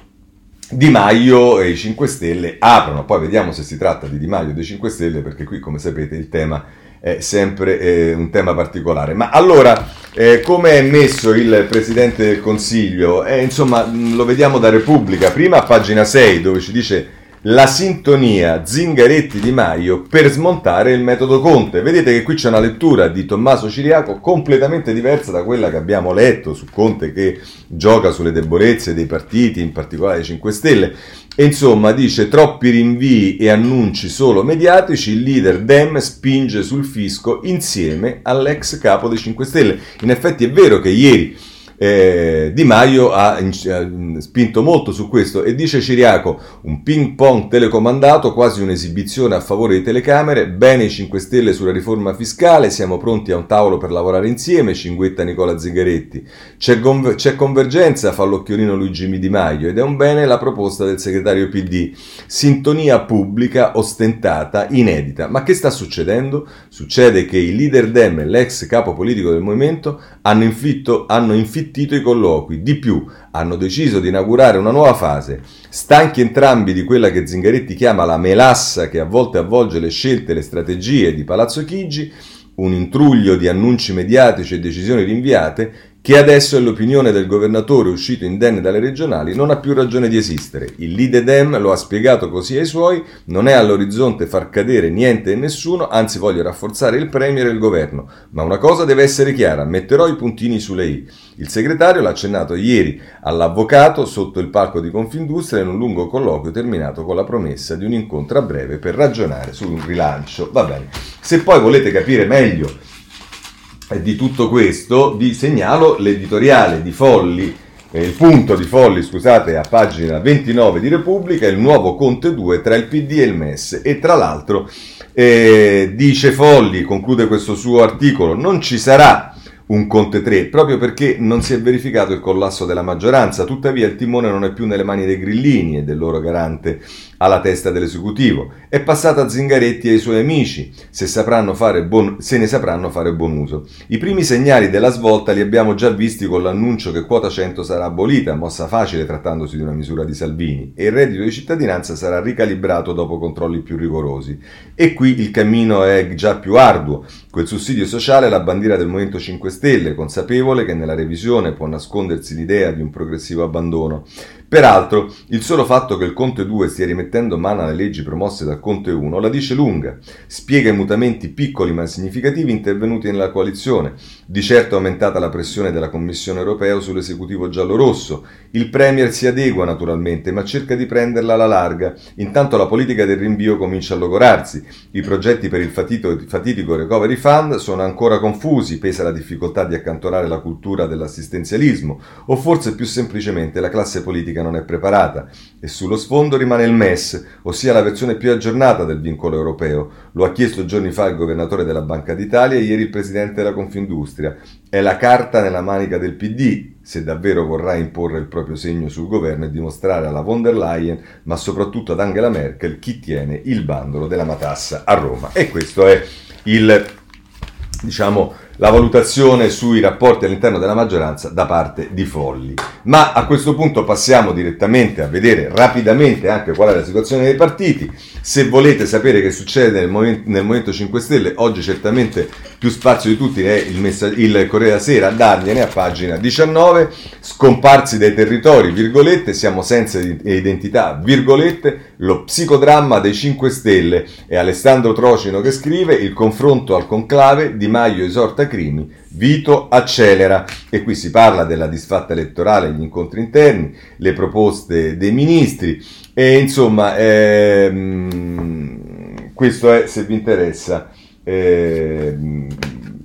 Di Maio e i cinque Stelle aprono. Poi vediamo se si tratta di Di Maio o dei cinque Stelle, perché qui, come sapete, il tema è sempre eh, un tema particolare. Ma allora, eh, come è messo il Presidente del Consiglio? Eh, insomma, lo vediamo da Repubblica, prima a pagina sei, dove ci dice: la sintonia Zingaretti-Di Maio per smontare il metodo Conte. Vedete che qui c'è una lettura di Tommaso Ciriaco completamente diversa da quella che abbiamo letto su Conte, che gioca sulle debolezze dei partiti, in particolare i cinque Stelle. E insomma, dice: troppi rinvii e annunci solo mediatici, il leader Dem spinge sul fisco insieme all'ex capo dei cinque Stelle. In effetti è vero che ieri Eh, Di Maio ha, ha spinto molto su questo, e dice Ciriaco: un ping pong telecomandato, quasi un'esibizione a favore di telecamere, bene i cinque Stelle sulla riforma fiscale, siamo pronti a un tavolo per lavorare insieme, cinguetta Nicola Zingaretti, c'è, conver- c'è convergenza, fa l'occhiolino Luigi Di Maio, ed è un bene la proposta del segretario P D, sintonia pubblica ostentata, inedita. Ma che sta succedendo? Succede che il leader Dem e l'ex capo politico del movimento hanno infitto, hanno infitto i colloqui, di più, hanno deciso di inaugurare una nuova fase. Stanchi entrambi di quella che Zingaretti chiama la melassa che a volte avvolge le scelte e le strategie di Palazzo Chigi, un intruglio di annunci mediatici e decisioni rinviate, che adesso è l'opinione del governatore uscito indenne dalle regionali, non ha più ragione di esistere. Il leader Dem lo ha spiegato così ai suoi: non è all'orizzonte far cadere niente e nessuno, anzi voglio rafforzare il premier e il governo. Ma una cosa deve essere chiara, metterò i puntini sulle i. Il segretario l'ha accennato ieri all'avvocato sotto il palco di Confindustria in un lungo colloquio terminato con la promessa di un incontro a breve per ragionare su un rilancio. Va bene. Se poi volete capire meglio di tutto questo, vi segnalo l'editoriale di Folli, eh, il punto di Folli, scusate, a pagina ventinove di Repubblica, il nuovo Conte due tra il P D e il M E S. E tra l'altro eh, dice Folli, conclude questo suo articolo: non ci sarà un Conte tre, proprio perché non si è verificato il collasso della maggioranza. Tuttavia il timone non è più nelle mani dei grillini e del loro garante alla testa dell'esecutivo. È passata a Zingaretti e ai suoi amici, se, sapranno fare buon, se ne sapranno fare buon uso. I primi segnali della svolta li abbiamo già visti con l'annuncio che quota cento sarà abolita, mossa facile trattandosi di una misura di Salvini, e il reddito di cittadinanza sarà ricalibrato dopo controlli più rigorosi. E qui il cammino è già più arduo. Quel sussidio sociale è la bandiera del Movimento cinque Stelle, consapevole che nella revisione può nascondersi l'idea di un progressivo abbandono. Peraltro, il solo fatto che il Conte due stia rimettendo mano alle leggi promosse dal Conte uno la dice lunga. Spiega i mutamenti piccoli ma significativi intervenuti nella coalizione. Di certo è aumentata la pressione della Commissione europea sull'esecutivo giallorosso. Il Premier si adegua naturalmente, ma cerca di prenderla alla larga. Intanto la politica del rinvio comincia a logorarsi. I progetti per il fatito, fatidico Recovery Fund sono ancora confusi, pesa la difficoltà di accantonare la cultura dell'assistenzialismo, o forse più semplicemente la classe politica non è preparata, e sullo sfondo rimane il M E S, ossia la versione più aggiornata del vincolo europeo. Lo ha chiesto giorni fa il governatore della Banca d'Italia e ieri il presidente della Confindustria. È la carta nella manica del P D, se davvero vorrà imporre il proprio segno sul governo e dimostrare alla von der Leyen, ma soprattutto ad Angela Merkel, chi tiene il bandolo della matassa a Roma. E questo è il, diciamo, la valutazione sui rapporti all'interno della maggioranza da parte di Folli. Ma a questo punto passiamo direttamente a vedere rapidamente anche qual è la situazione dei partiti. Se volete sapere che succede nel Movimento, nel Movimento cinque Stelle, oggi certamente più spazio di tutti è il, messa- il Corriere della Sera, dargliene a pagina diciannove, scomparsi dai territori, virgolette, siamo senza identità, virgolette, lo psicodramma dei cinque Stelle. È Alessandro Trocino che scrive: il confronto al conclave, Di Maio esorta Crimi, Vito accelera. E qui si parla della disfatta elettorale, gli incontri interni, le proposte dei ministri, e insomma ehm, questo è, se vi interessa, ehm,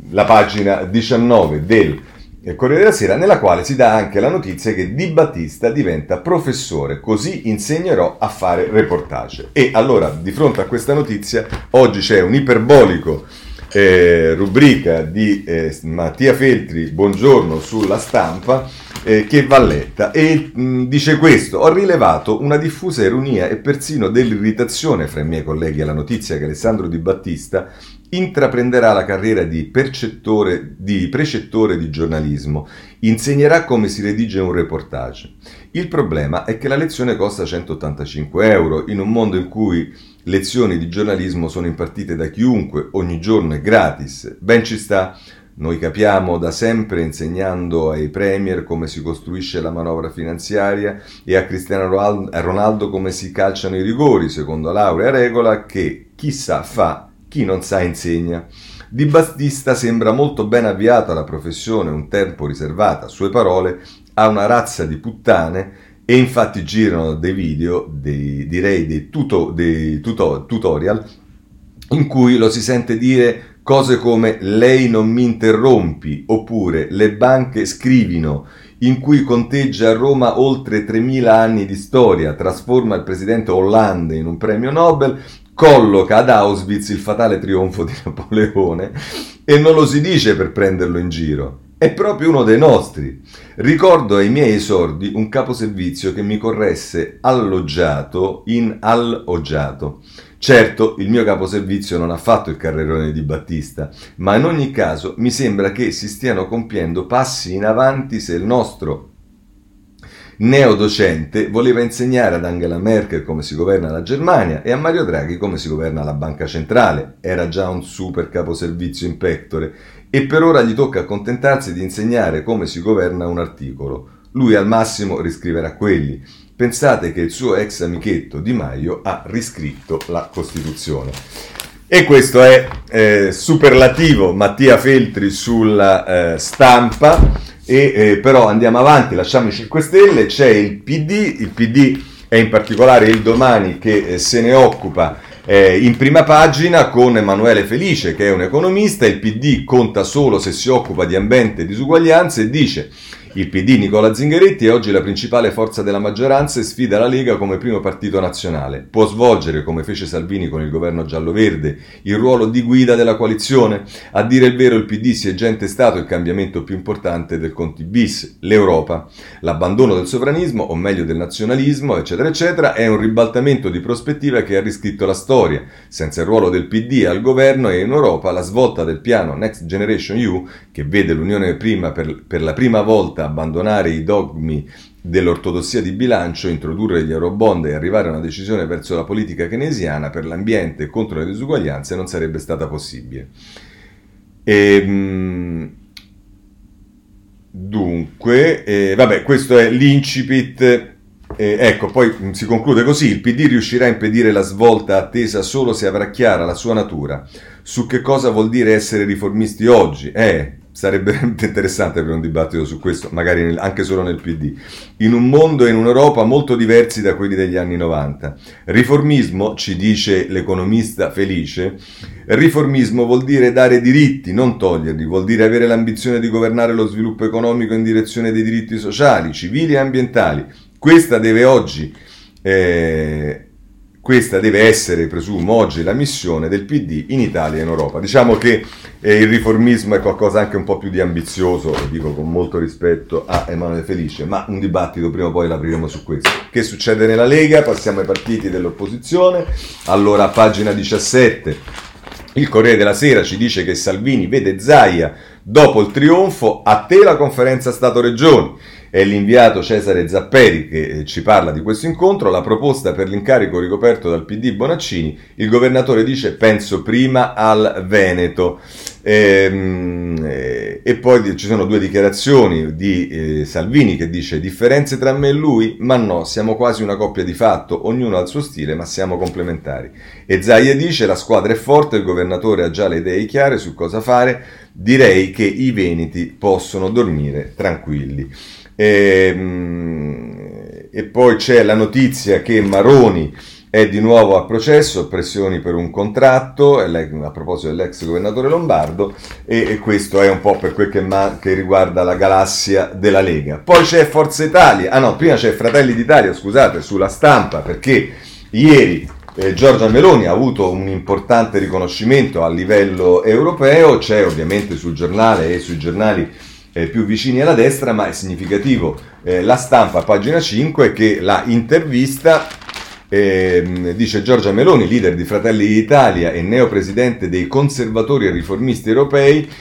la pagina diciannove del Corriere della Sera, nella quale si dà anche la notizia che Di Battista diventa professore, così insegnerò a fare reportage. E allora, di fronte a questa notizia, oggi c'è un iperbolico eh, rubrica di eh, Mattia Feltri, buongiorno, sulla Stampa, eh, che va letta e mh, dice questo: ho rilevato una diffusa ironia e persino dell'irritazione fra i miei colleghi alla notizia che Alessandro Di Battista intraprenderà la carriera di percettore, di precettore di giornalismo, insegnerà come si redige un reportage. Il problema è che la lezione costa centottantacinque euro, in un mondo in cui lezioni di giornalismo sono impartite da chiunque, ogni giorno è gratis. Ben ci sta. Noi capiamo da sempre, insegnando ai premier come si costruisce la manovra finanziaria e a Cristiano Ronaldo come si calciano i rigori, secondo l'aurea regola che chi sa fa, chi non sa insegna. Di Battista sembra molto ben avviato alla professione, un tempo riservata, a sue parole, a una razza di puttane, e infatti girano dei video, dei, direi dei, tuto, dei tuto, tutorial, in cui lo si sente dire cose come lei non mi interrompi, oppure le banche scrivino, in cui conteggia a Roma oltre tremila anni di storia, trasforma il presidente Hollande in un premio Nobel, colloca ad Auschwitz il fatale trionfo di Napoleone, e non lo si dice per prenderlo in giro. È proprio uno dei nostri. Ricordo ai miei esordi un caposervizio che mi corresse alloggiato in alloggiato. Certo, il mio caposervizio non ha fatto il carrerone di Battista, ma in ogni caso mi sembra che si stiano compiendo passi in avanti se il nostro neodocente voleva insegnare ad Angela Merkel come si governa la Germania e a Mario Draghi come si governa la Banca Centrale. Era già un super caposervizio in pectore e per ora gli tocca accontentarsi di insegnare come si governa un articolo. Lui al massimo riscriverà quelli. Pensate che il suo ex amichetto Di Maio ha riscritto la Costituzione. E questo è eh, superlativo Mattia Feltri sulla eh, Stampa. E, eh, però andiamo avanti, lasciamo i cinque Stelle, c'è il P D, il P D è in particolare il Domani che eh, se ne occupa eh, in prima pagina con Emanuele Felice che è un economista. Il P D conta solo se si occupa di ambiente e disuguaglianze e dice: il P D Nicola Zingaretti è oggi la principale forza della maggioranza e sfida la Lega come primo partito nazionale. Può svolgere, come fece Salvini con il governo giallo-verde, il ruolo di guida della coalizione? A dire il vero il P D si è già intestato il cambiamento più importante del Conti bis, l'Europa. L'abbandono del sovranismo, o meglio del nazionalismo, eccetera eccetera, è un ribaltamento di prospettiva che ha riscritto la storia. Senza il ruolo del P D al governo e in Europa, la svolta del piano Next Generation E U, che vede l'Unione prima per, per la prima volta abbandonare i dogmi dell'ortodossia di bilancio, introdurre gli eurobond e arrivare a una decisione verso la politica keynesiana per l'ambiente e contro le disuguaglianze non sarebbe stata possibile. E, mh, dunque, eh, vabbè, questo è l'incipit. Eh, ecco, poi mh, si conclude così: il P D riuscirà a impedire la svolta attesa solo se avrà chiara la sua natura. Su che cosa vuol dire essere riformisti oggi? Eh... Sarebbe interessante per un dibattito su questo, magari nel, anche solo nel P D. In un mondo e in un'Europa molto diversi da quelli degli anni novanta. Riformismo, ci dice l'economista Felice, riformismo vuol dire dare diritti, non toglierli, vuol dire avere l'ambizione di governare lo sviluppo economico in direzione dei diritti sociali, civili e ambientali. Questa deve oggi... Eh, Questa deve essere, presumo, oggi la missione del P D in Italia e in Europa. Diciamo che eh, il riformismo è qualcosa anche un po' più di ambizioso, lo dico con molto rispetto a Emanuele Felice, ma un dibattito prima o poi l'apriremo su questo. Che succede nella Lega? Passiamo ai partiti dell'opposizione. Allora, a pagina diciassette, il Corriere della Sera ci dice che Salvini vede Zaia dopo il trionfo, a te la conferenza Stato-Regioni. È l'inviato Cesare Zapperi che ci parla di questo incontro. La proposta per l'incarico ricoperto dal P D Bonaccini, il governatore dice penso prima al Veneto. E, e poi ci sono due dichiarazioni di eh, Salvini che dice differenze tra me e lui? Ma no, siamo quasi una coppia di fatto, ognuno ha il suo stile ma siamo complementari. E Zaia dice la squadra è forte, il governatore ha già le idee chiare su cosa fare, direi che i veneti possono dormire tranquilli. E, e poi c'è la notizia che Maroni è di nuovo a processo, pressioni per un contratto, a proposito dell'ex governatore lombardo, e, e questo è un po' per quel che, ma, che riguarda la galassia della Lega. Poi c'è Forza Italia, ah no, prima c'è Fratelli d'Italia, scusate, sulla Stampa, perché ieri eh, Giorgia Meloni ha avuto un importante riconoscimento a livello europeo, c'è ovviamente sul giornale e sui giornali eh, più vicini alla destra, ma è significativo eh, la Stampa, pagina cinque, che la intervista. Eh, dice Giorgia Meloni, leader di Fratelli d'Italia e neopresidente dei conservatori e riformisti europei,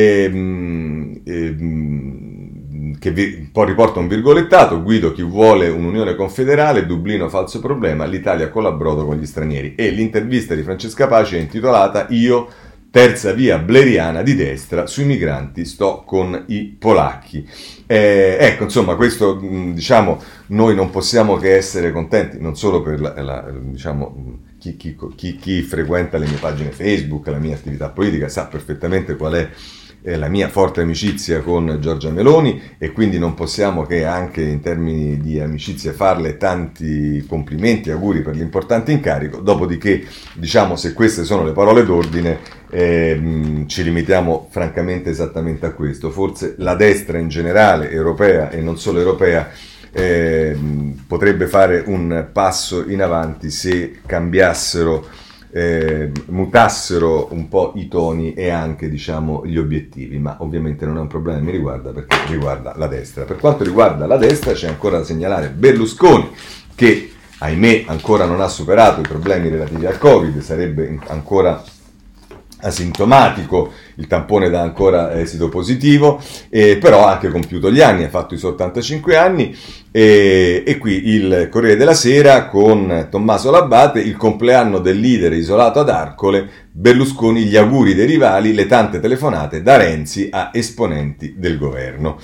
eh, eh, che vi, poi riporta un virgolettato: Guido chi vuole un'unione confederale, Dublino falso problema, l'Italia con l'abrodo con gli stranieri. E l'intervista di Francesca Paci è intitolata Io, terza via bleriana di destra, sui migranti sto con i polacchi. Eh, ecco, insomma, questo, diciamo, noi non possiamo che essere contenti, non solo per la, la, diciamo, chi, chi, chi, chi frequenta le mie pagine Facebook, la mia attività politica, sa perfettamente qual è la mia forte amicizia con Giorgia Meloni, e quindi non possiamo che anche in termini di amicizia farle tanti complimenti, auguri per l'importante incarico. Dopodiché, diciamo, se queste sono le parole d'ordine, eh, ci limitiamo francamente esattamente a questo. Forse la destra in generale, europea e non solo europea, eh, potrebbe fare un passo in avanti se cambiassero Eh, mutassero un po' i toni e anche, diciamo, gli obiettivi, ma ovviamente non è un problema che mi riguarda, perché riguarda la destra. Per quanto riguarda la destra c'è ancora da segnalare Berlusconi, che ahimè ancora non ha superato i problemi relativi al Covid, sarebbe ancora asintomatico, il tampone dà ancora esito positivo, eh, però ha anche compiuto gli anni, ha fatto i suoi ottantacinque anni, e, e qui il Corriere della Sera con Tommaso Labate, il compleanno del leader isolato ad Arcole, Berlusconi gli auguri dei rivali, le tante telefonate da Renzi a esponenti del governo.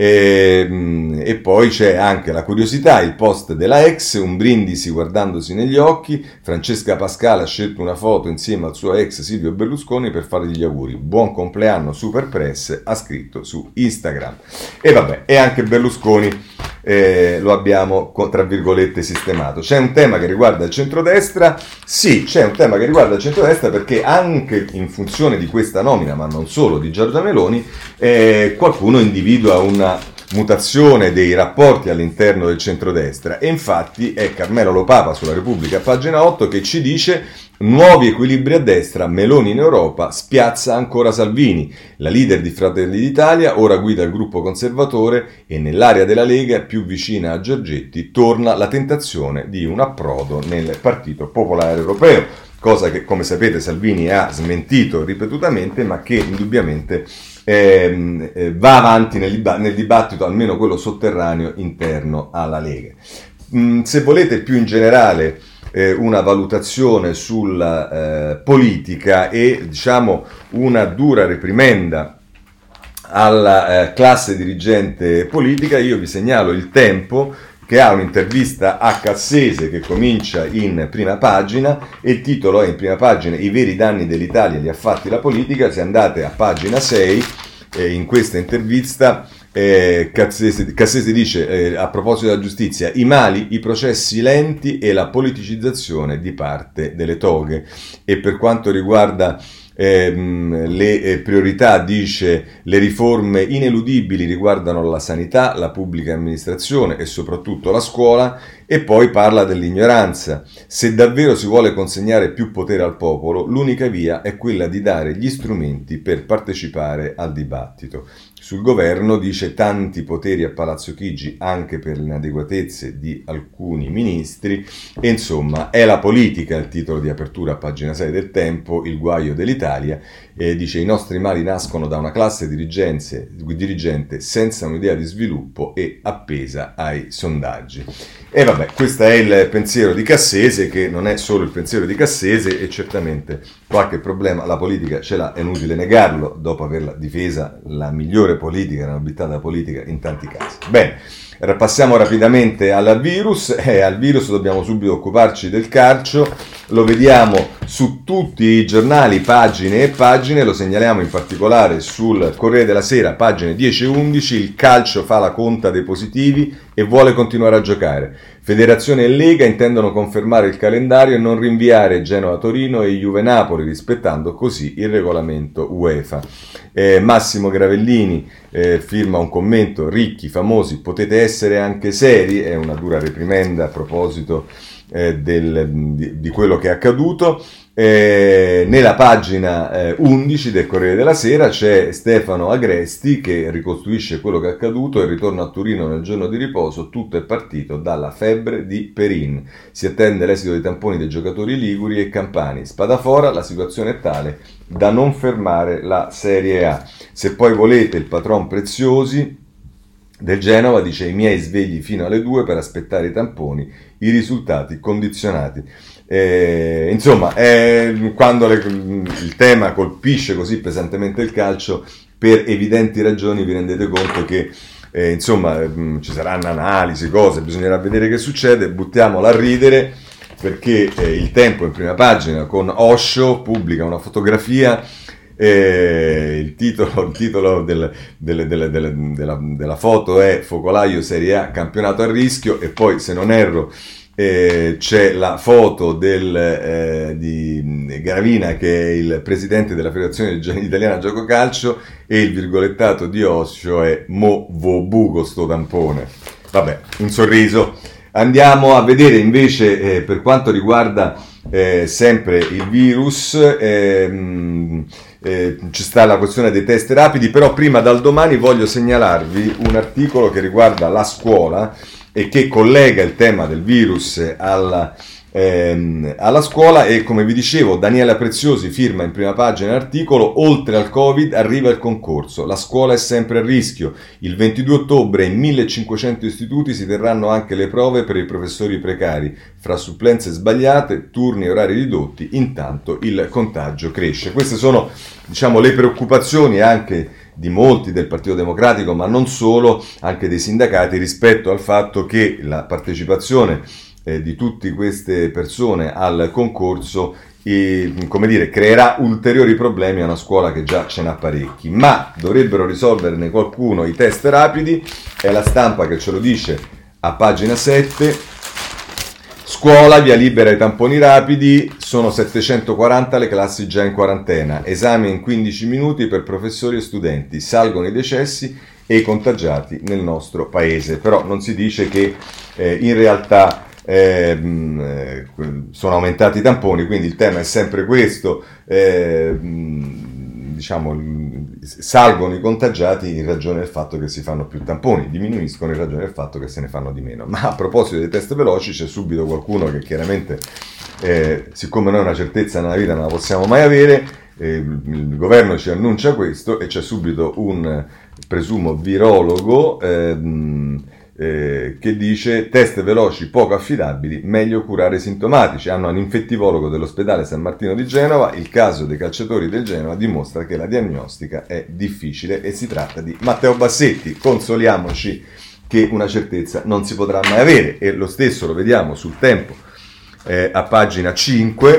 E, e poi c'è anche la curiosità, il post della ex, un brindisi guardandosi negli occhi, Francesca Pascale ha scelto una foto insieme al suo ex Silvio Berlusconi per fargli gli auguri. Buon compleanno Super Press, ha scritto su Instagram. E vabbè, e anche Berlusconi eh, lo abbiamo, tra virgolette, sistemato. C'è un tema che riguarda il centrodestra? Sì, c'è un tema che riguarda il centrodestra, perché anche in funzione di questa nomina, ma non solo, di Giorgia Meloni, eh, qualcuno individua una mutazione dei rapporti all'interno del centrodestra, e infatti è Carmelo Lopapa sulla Repubblica, pagina otto, che ci dice: nuovi equilibri a destra, Meloni in Europa, spiazza ancora Salvini. La leader di Fratelli d'Italia ora guida il gruppo conservatore e nell'area della Lega più vicina a Giorgetti torna la tentazione di un approdo nel Partito Popolare Europeo, cosa che, come sapete, Salvini ha smentito ripetutamente, ma che indubbiamente eh, eh, va avanti nel, nel dibattito, almeno quello sotterraneo, interno alla Lega. Mm, se volete più in generale una valutazione sulla eh, politica e, diciamo, una dura reprimenda alla eh, classe dirigente politica, io vi segnalo Il Tempo, che ha un'intervista a Cassese che comincia in prima pagina, e il titolo è in prima pagina: i veri danni dell'Italia li ha fatti la politica. Se andate a pagina sei, eh, in questa intervista Eh, Cassese, Cassese dice, eh, a proposito della giustizia, i mali, i processi lenti e la politicizzazione di parte delle toghe. E per quanto riguarda ehm, le eh, priorità, dice: le riforme ineludibili riguardano la sanità, la pubblica amministrazione e soprattutto la scuola. E poi parla dell'ignoranza. Se davvero si vuole consegnare più potere al popolo, l'unica via è quella di dare gli strumenti per partecipare al dibattito. Sul governo dice: tanti poteri a Palazzo Chigi anche per le inadeguatezze di alcuni ministri. E insomma, è la politica il titolo di apertura a pagina sei del Tempo, il guaio dell'Italia. E dice: i nostri mali nascono da una classe dirigente senza un'idea di sviluppo e appesa ai sondaggi. E vabbè, questo è il pensiero di Cassese, che non è solo il pensiero di Cassese, e certamente qualche problema la politica ce l'ha, è inutile negarlo, dopo averla difesa la migliore politica, la nobiltà politica in tanti casi. Bene, passiamo rapidamente al virus, e al virus dobbiamo subito occuparci del calcio. lo vediamo su tutti i giornali, pagine e pagine, lo segnaliamo in particolare sul Corriere della Sera, pagine dieci e undici, il calcio fa la conta dei positivi e vuole continuare a giocare. Federazione e Lega intendono confermare il calendario e non rinviare Genova-Torino e Juve-Napoli, rispettando così il regolamento UEFA. Eh, Massimo Gravellini eh, firma un commento: ricchi, famosi, potete essere anche seri, è una dura reprimenda a proposito eh, del, di, di quello che è accaduto. Eh, nella pagina eh, undici del Corriere della Sera c'è Stefano Agresti che ricostruisce quello che è accaduto. Il ritorno a Torino nel giorno di riposo, tutto è partito dalla febbre di Perin, si attende l'esito dei tamponi dei giocatori liguri e campani, Spadafora, la situazione è tale da non fermare la Serie A. Se poi volete, il patron Preziosi del Genova dice: i miei svegli fino alle due per aspettare i tamponi, i risultati condizionati. Eh, insomma, eh, quando le, il tema colpisce così pesantemente il calcio, per evidenti ragioni vi rendete conto che eh, insomma mh, ci saranno analisi, cose, bisognerà vedere che succede. Buttiamola a ridere, perché eh, il Tempo in prima pagina con Osho pubblica una fotografia. Eh, il titolo, il titolo del, del, del, del, della, della foto è Focolaio Serie A, campionato a rischio, e poi, se non erro, eh, c'è la foto del, eh, di Gravina, che è il presidente della Federazione Italiana Gioco Calcio, e il virgolettato di Osho è: mo vo buco sto tampone. Vabbè, un sorriso. Andiamo a vedere invece eh, per quanto riguarda eh, sempre il virus. ehm, Eh, ci sta la questione dei test rapidi, però prima, dal Domani, voglio segnalarvi un articolo che riguarda la scuola e che collega il tema del virus alla, ehm, alla scuola. E, come vi dicevo, Daniela Preziosi firma in prima pagina l'articolo: oltre al Covid arriva il concorso, la scuola è sempre a rischio, il ventidue ottobre in millecinquecento istituti si terranno anche le prove per i professori precari, fra supplenze sbagliate, turni e orari ridotti, intanto il contagio cresce. Queste sono, diciamo, le preoccupazioni anche di molti del Partito Democratico, ma non solo, anche dei sindacati, rispetto al fatto che la partecipazione eh, di tutte queste persone al concorso e, come dire, creerà ulteriori problemi a una scuola che già ce n'ha parecchi. Ma dovrebbero risolverne qualcuno i test rapidi. È La Stampa che ce lo dice a pagina sette. Scuola, via libera ai tamponi rapidi, sono settecentoquaranta le classi già in quarantena, esame in quindici minuti per professori e studenti, salgono i decessi e i contagiati nel nostro paese. Però non si dice che eh, in realtà eh, mh, sono aumentati i tamponi, quindi il tema è sempre questo. eh, mh, diciamo salgono i contagiati in ragione del fatto che si fanno più tamponi, diminuiscono in ragione del fatto che se ne fanno di meno. Ma a proposito dei test veloci, c'è subito qualcuno che chiaramente, eh, siccome noi una certezza nella vita non la possiamo mai avere, eh, il governo ci annuncia questo e c'è subito un, presumo, virologo ehm, eh, che dice: test veloci poco affidabili, meglio curare i sintomatici. Hanno un infettivologo dell'ospedale San Martino di Genova, il caso dei calciatori del Genova dimostra che la diagnostica è difficile e si tratta di Matteo Bassetti. Consoliamoci che una certezza non si potrà mai avere, e lo stesso lo vediamo sul Tempo eh, a pagina cinque,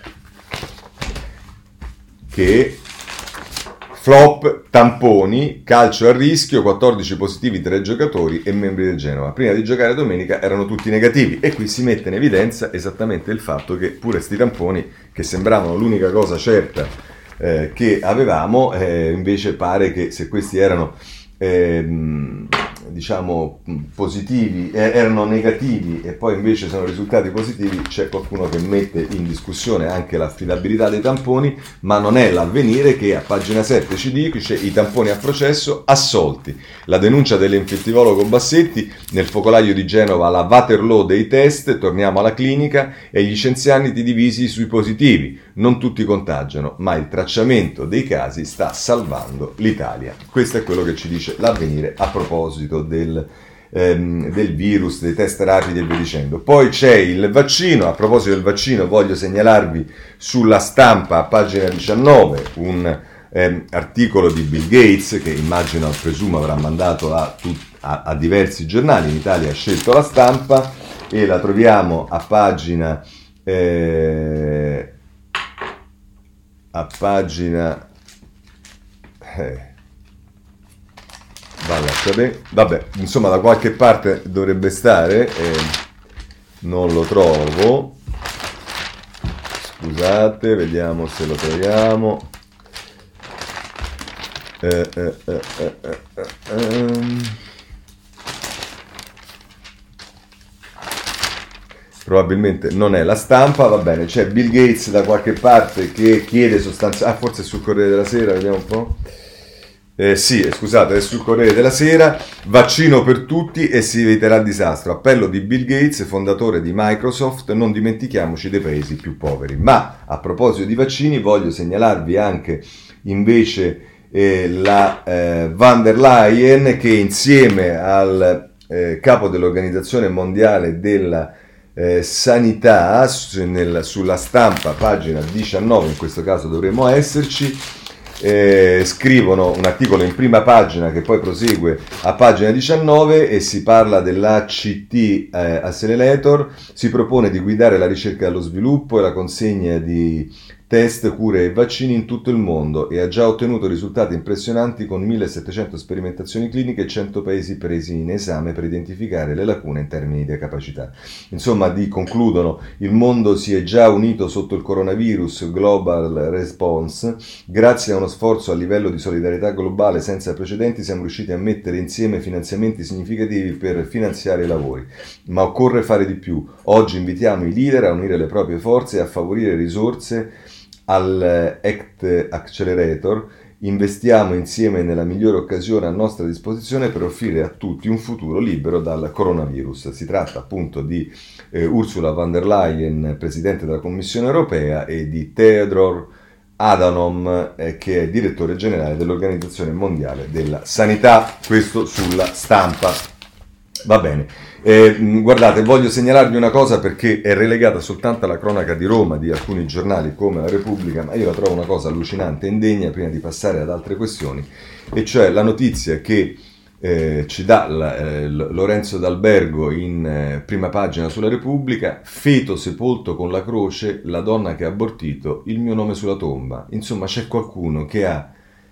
che flop, tamponi, calcio a rischio, quattordici positivi, tre giocatori e membri del Genova. Prima di giocare domenica erano tutti negativi, e qui si mette in evidenza esattamente il fatto che pure sti tamponi, che sembravano l'unica cosa certa eh, che avevamo, eh, invece pare che se questi erano eh, diciamo positivi, eh, erano negativi e poi invece sono risultati positivi, c'è qualcuno che mette in discussione anche l'affidabilità dei tamponi. Ma non è l'Avvenire che a pagina sette ci dice: i tamponi a processo assolti, la denuncia dell'infettivologo Bassetti, nel focolaio di Genova la Waterloo dei test, torniamo alla clinica, e gli scienziati divisi sui positivi, non tutti contagiano, ma il tracciamento dei casi sta salvando l'Italia. Questo è quello che ci dice l'Avvenire a proposito del, ehm, del virus, dei test rapidi e via dicendo. Poi c'è il vaccino. A proposito del vaccino, voglio segnalarvi sulla Stampa a pagina diciannove un ehm, articolo di Bill Gates, che immagino, presumo, avrà mandato a, a, a diversi giornali. In Italia ha scelto la Stampa e la troviamo a pagina eh, a pagina eh, va, lasciate, vabbè, insomma da qualche parte dovrebbe stare, eh, non lo trovo, scusate, vediamo se lo troviamo. eh, eh, eh, eh, eh, eh. Probabilmente non è La Stampa, va bene, c'è Bill Gates da qualche parte che chiede sostanzialmente, ah forse è sul Corriere della Sera, vediamo un po', eh, sì, scusate, è sul Corriere della Sera, vaccino per tutti e si eviterà il disastro, appello di Bill Gates, fondatore di Microsoft, non dimentichiamoci dei paesi più poveri. Ma a proposito di vaccini voglio segnalarvi anche invece eh, la eh, van der Leyen, che insieme al eh, capo dell'Organizzazione Mondiale della Eh, sanità, su, nel, sulla Stampa, pagina diciannove, in questo caso dovremmo esserci, eh, scrivono un articolo in prima pagina che poi prosegue a pagina diciannove e si parla dell'A C T eh, Accelerator, si propone di guidare la ricerca e lo sviluppo e la consegna di test, cure e vaccini in tutto il mondo e ha già ottenuto risultati impressionanti con millesettecento sperimentazioni cliniche e cento paesi presi in esame per identificare le lacune in termini di capacità. Insomma, di concludono, il mondo si è già unito sotto il coronavirus Global Response, grazie a uno sforzo a livello di solidarietà globale senza precedenti siamo riusciti a mettere insieme finanziamenti significativi per finanziare i lavori, ma occorre fare di più. Oggi invitiamo i leader a unire le proprie forze e a favorire risorse al Act Accelerator, investiamo insieme nella migliore occasione a nostra disposizione per offrire a tutti un futuro libero dal coronavirus. Si tratta appunto di eh, Ursula von der Leyen, Presidente della Commissione Europea, e di Tedros Adhanom, eh, che è Direttore Generale dell'Organizzazione Mondiale della Sanità. Questo sulla Stampa. Va bene. Eh, guardate, voglio segnalarvi una cosa perché è relegata soltanto alla cronaca di Roma di alcuni giornali come La Repubblica, ma io la trovo una cosa allucinante e indegna prima di passare ad altre questioni, e cioè la notizia che eh, ci dà la, eh, Lorenzo D'Albergo in eh, prima pagina sulla Repubblica: feto sepolto con la croce, la donna che ha abortito, il mio nome sulla tomba. Insomma, c'è qualcuno che ha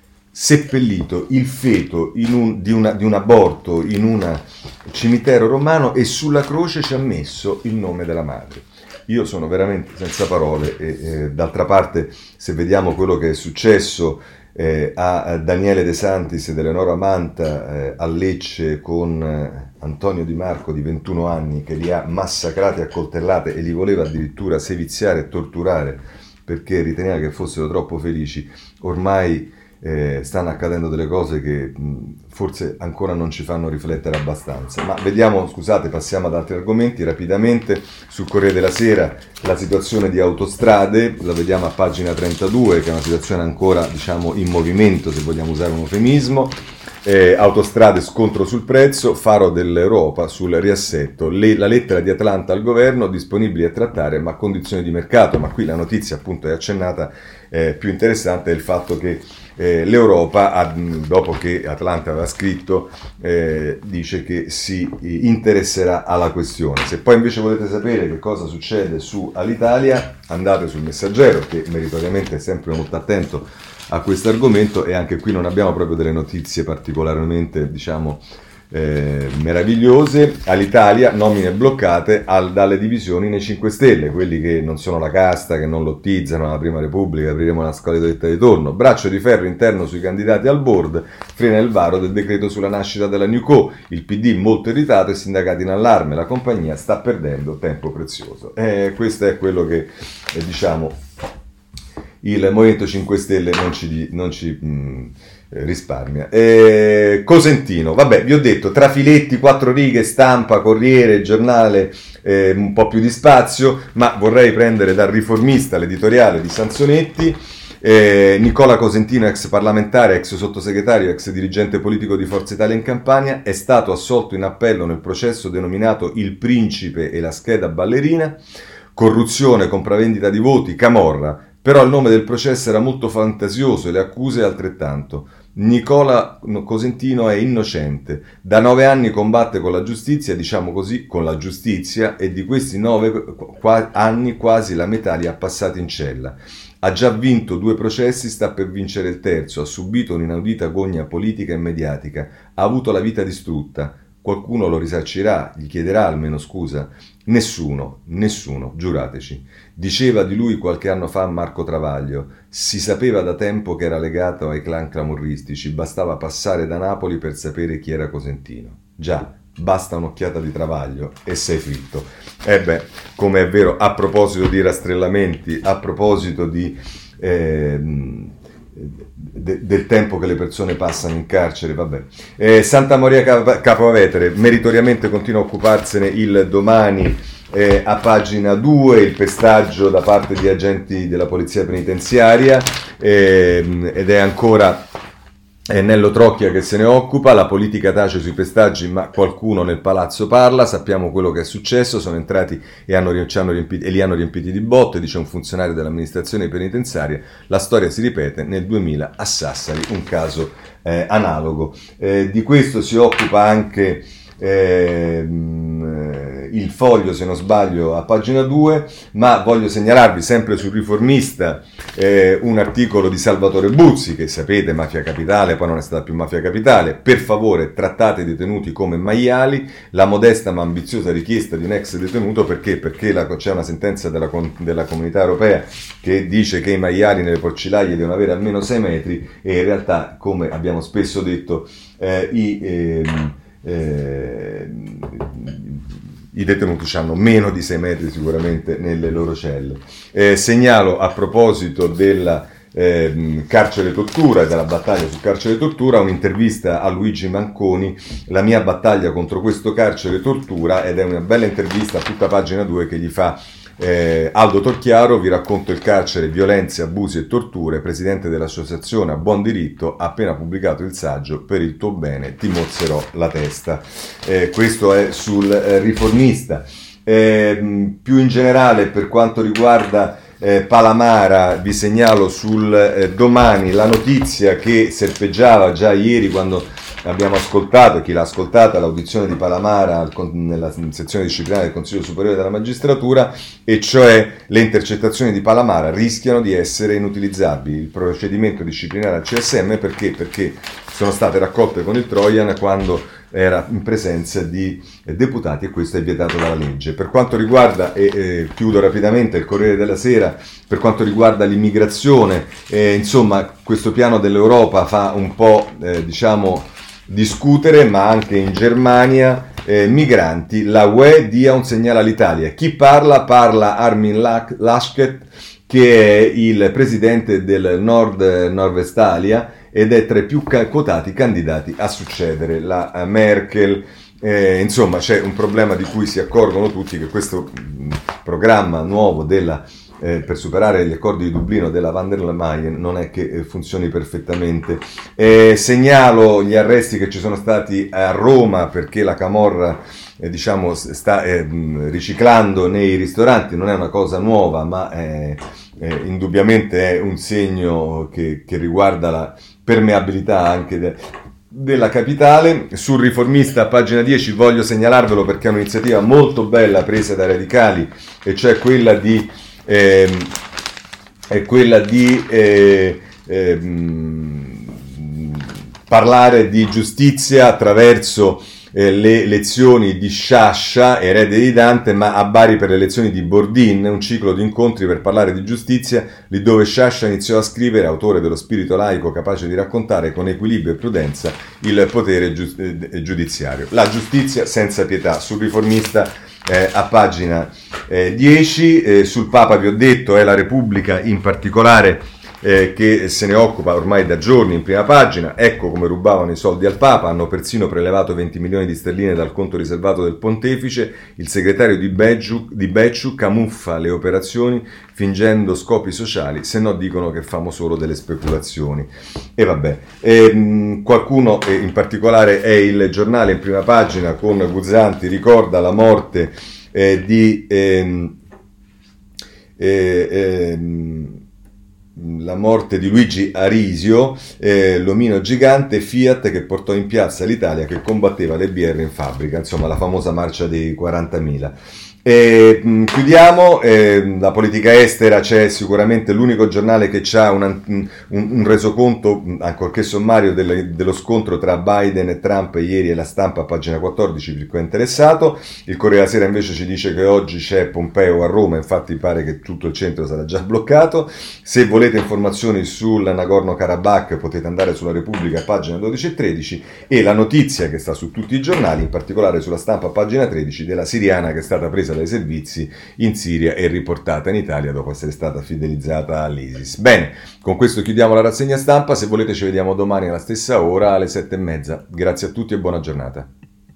seppellito il feto in un, di, una, di un aborto in un cimitero romano e sulla croce ci ha messo il nome della madre. Io sono veramente senza parole e eh, d'altra parte, se vediamo quello che è successo eh, a Daniele De Santis ed Eleonora Manta eh, a Lecce con eh, Antonio Di Marco di ventuno anni, che li ha massacrati a coltellate e li voleva addirittura seviziare e torturare perché riteneva che fossero troppo felici, ormai Eh, stanno accadendo delle cose che mh, forse ancora non ci fanno riflettere abbastanza. Ma vediamo, scusate, passiamo ad altri argomenti rapidamente. Sul Corriere della Sera la situazione di Autostrade, la vediamo a pagina trentadue, che è una situazione ancora, diciamo, in movimento, se vogliamo usare un eufemismo. Eh, autostrade, scontro sul prezzo, faro dell'Europa sul riassetto, Le, la lettera di Atlanta al governo, disponibili a trattare ma a condizioni di mercato. Ma qui la notizia appunto è accennata, eh, più interessante è il fatto che eh, l'Europa, ha, dopo che Atlanta aveva scritto, eh, dice che si interesserà alla questione. Se poi invece volete sapere che cosa succede su Alitalia, andate sul Messaggero, che meritoriamente è sempre molto attento a questo argomento, e anche qui non abbiamo proprio delle notizie particolarmente, diciamo, eh, meravigliose. All'Italia nomine bloccate al, dalle divisioni nei cinque Stelle, quelli che non sono la casta, che non lottizzano la Prima Repubblica, apriremo una scaletta di torno. Braccio di ferro interno sui candidati al board, frena il varo del decreto sulla nascita della Newco, il P D molto irritato e sindacati in allarme, la compagnia sta perdendo tempo prezioso. Eh, questo è quello che eh, diciamo il Movimento cinque Stelle non ci, non ci mh, risparmia. Eh, Cosentino, vabbè, vi ho detto, trafiletti, quattro righe, Stampa, Corriere, Giornale, eh, un po' più di spazio, ma vorrei prendere dal Riformista l'editoriale di Sansonetti. Eh, Nicola Cosentino, ex parlamentare, ex sottosegretario, ex dirigente politico di Forza Italia in Campania, è stato assolto in appello nel processo denominato Il Principe e la scheda ballerina, corruzione, compravendita di voti, camorra. Però il nome del processo era molto fantasioso e le accuse altrettanto. Nicola Cosentino è innocente, da nove anni combatte con la giustizia, diciamo così, con la giustizia, e di questi nove qua- anni quasi la metà li ha passati in cella. Ha già vinto due processi, sta per vincere il terzo, ha subito un'inaudita gogna politica e mediatica, ha avuto la vita distrutta. Qualcuno lo risarcirà, gli chiederà almeno scusa? Nessuno, nessuno, giurateci. Diceva di lui qualche anno fa Marco Travaglio: si sapeva da tempo che era legato ai clan camorristici, bastava passare da Napoli per sapere chi era Cosentino. Già, basta un'occhiata di Travaglio e sei fritto. E eh beh, come è vero, a proposito di rastrellamenti, a proposito di... Eh, De, del tempo che le persone passano in carcere, vabbè. Eh, Santa Maria Cap- Capovetere meritoriamente continua a occuparsene il Domani, eh, a pagina due, il pestaggio da parte di agenti della polizia penitenziaria, eh, ed è ancora è Nello Trocchia che se ne occupa. La politica tace sui pestaggi, ma qualcuno nel palazzo parla. Sappiamo quello che è successo, sono entrati e, hanno, ci hanno riempiti, e li hanno riempiti di botte, dice un funzionario dell'amministrazione penitenziaria. La storia si ripete nel duemila a Sassari, un caso eh, analogo. Eh, di questo si occupa anche eh, il Foglio, se non sbaglio, a pagina due, ma voglio segnalarvi sempre sul Riformista eh, un articolo di Salvatore Buzzi, che sapete, Mafia Capitale, poi non è stata più Mafia Capitale. Per favore, trattate i detenuti come maiali, la modesta ma ambiziosa richiesta di un ex detenuto. Perché? Perché la, c'è una sentenza della, della Comunità Europea che dice che i maiali nelle porcilaie devono avere almeno sei metri, e in realtà, come abbiamo spesso detto, eh, i... Eh, eh, i detenuti hanno meno di sei metri sicuramente nelle loro celle. Eh, segnalo a proposito della eh, carcere tortura e della battaglia sul carcere tortura un'intervista a Luigi Manconi, la mia battaglia contro questo carcere tortura, ed è una bella intervista a tutta pagina due che gli fa Eh, Aldo Torchiaro. Vi racconto il carcere, violenze, abusi e torture, presidente dell'associazione A Buon Diritto, ha appena pubblicato il saggio Per il tuo bene ti mozzerò la testa. Eh, questo è sul eh, Riformista. Eh, più in generale, per quanto riguarda eh, Palamara, vi segnalo sul eh, Domani la notizia che serpeggiava già ieri quando abbiamo ascoltato, chi l'ha ascoltata, l'audizione di Palamara nella sezione disciplinare del Consiglio Superiore della Magistratura, e cioè le intercettazioni di Palamara rischiano di essere inutilizzabili. Il procedimento disciplinare al C S M perché? Perché sono state raccolte con il Trojan quando era in presenza di deputati, e questo è vietato dalla legge. Per quanto riguarda, e eh, chiudo rapidamente, il Corriere della Sera, per quanto riguarda l'immigrazione, eh, insomma, questo piano dell'Europa fa un po', eh, diciamo, discutere, ma anche in Germania, eh, migranti, la U E dia un segnale all'Italia. Chi parla? Parla Armin Laschet, che è il presidente del Nord Nord-Vestfalia ed è tra i più quotati candidati a succedere la Merkel. Eh, insomma, c'è un problema di cui si accorgono tutti, che questo mh, programma nuovo della Eh, per superare gli accordi di Dublino della van der Leyen non è che eh, funzioni perfettamente. Eh, segnalo gli arresti che ci sono stati a Roma, perché la camorra eh, diciamo sta eh, riciclando nei ristoranti. Non è una cosa nuova, ma è, eh, indubbiamente è un segno che, che riguarda la permeabilità anche de, della capitale. Sul Riformista, pagina dieci, voglio segnalarvelo perché è un'iniziativa molto bella presa dai radicali, e cioè quella di Eh, è quella di eh, eh, parlare di giustizia attraverso eh, le lezioni di Sciascia, erede di Dante, ma a Bari per le lezioni di Bordin, un ciclo di incontri per parlare di giustizia, lì dove Sciascia iniziò a scrivere, autore dello spirito laico capace di raccontare con equilibrio e prudenza il potere giu- eh, giudiziario. La giustizia senza pietà. Sul Riformista, Eh, a pagina eh, dieci, eh, sul Papa vi ho detto, è la Repubblica in particolare eh, che se ne occupa ormai da giorni in prima pagina. Ecco come rubavano i soldi al Papa, hanno persino prelevato venti milioni di sterline dal conto riservato del pontefice. Il segretario di Becciu, di Becciu camuffa le operazioni fingendo scopi sociali, se no dicono che famo solo delle speculazioni. E vabbè, e, mh, qualcuno, e in particolare è il Giornale in prima pagina con Guzzanti, ricorda la morte eh, di ehm, eh, ehm, la morte di Luigi Arisio, eh, l'omino gigante Fiat che portò in piazza l'Italia che combatteva le B R in fabbrica, insomma la famosa marcia dei quarantamila. E, mh, chiudiamo, eh, la politica estera, c'è sicuramente l'unico giornale che ha un, un, un resoconto, ancorché sommario, delle, dello scontro tra Biden e Trump ieri, e La Stampa, pagina quattordici, per chi è interessato. Il Corriere della Sera invece ci dice che oggi c'è Pompeo a Roma, infatti pare che tutto il centro sarà già bloccato. Se volete informazioni sul Nagorno-Karabakh potete andare sulla Repubblica, pagina dodici e tredici, e la notizia che sta su tutti i giornali, in particolare sulla Stampa, pagina tredici, della siriana che è stata presa dai servizi in Siria e riportata in Italia dopo essere stata fidelizzata all'ISIS. Bene, con questo chiudiamo la rassegna stampa. Se volete ci vediamo domani alla stessa ora, alle sette e mezza. Grazie a tutti e buona giornata.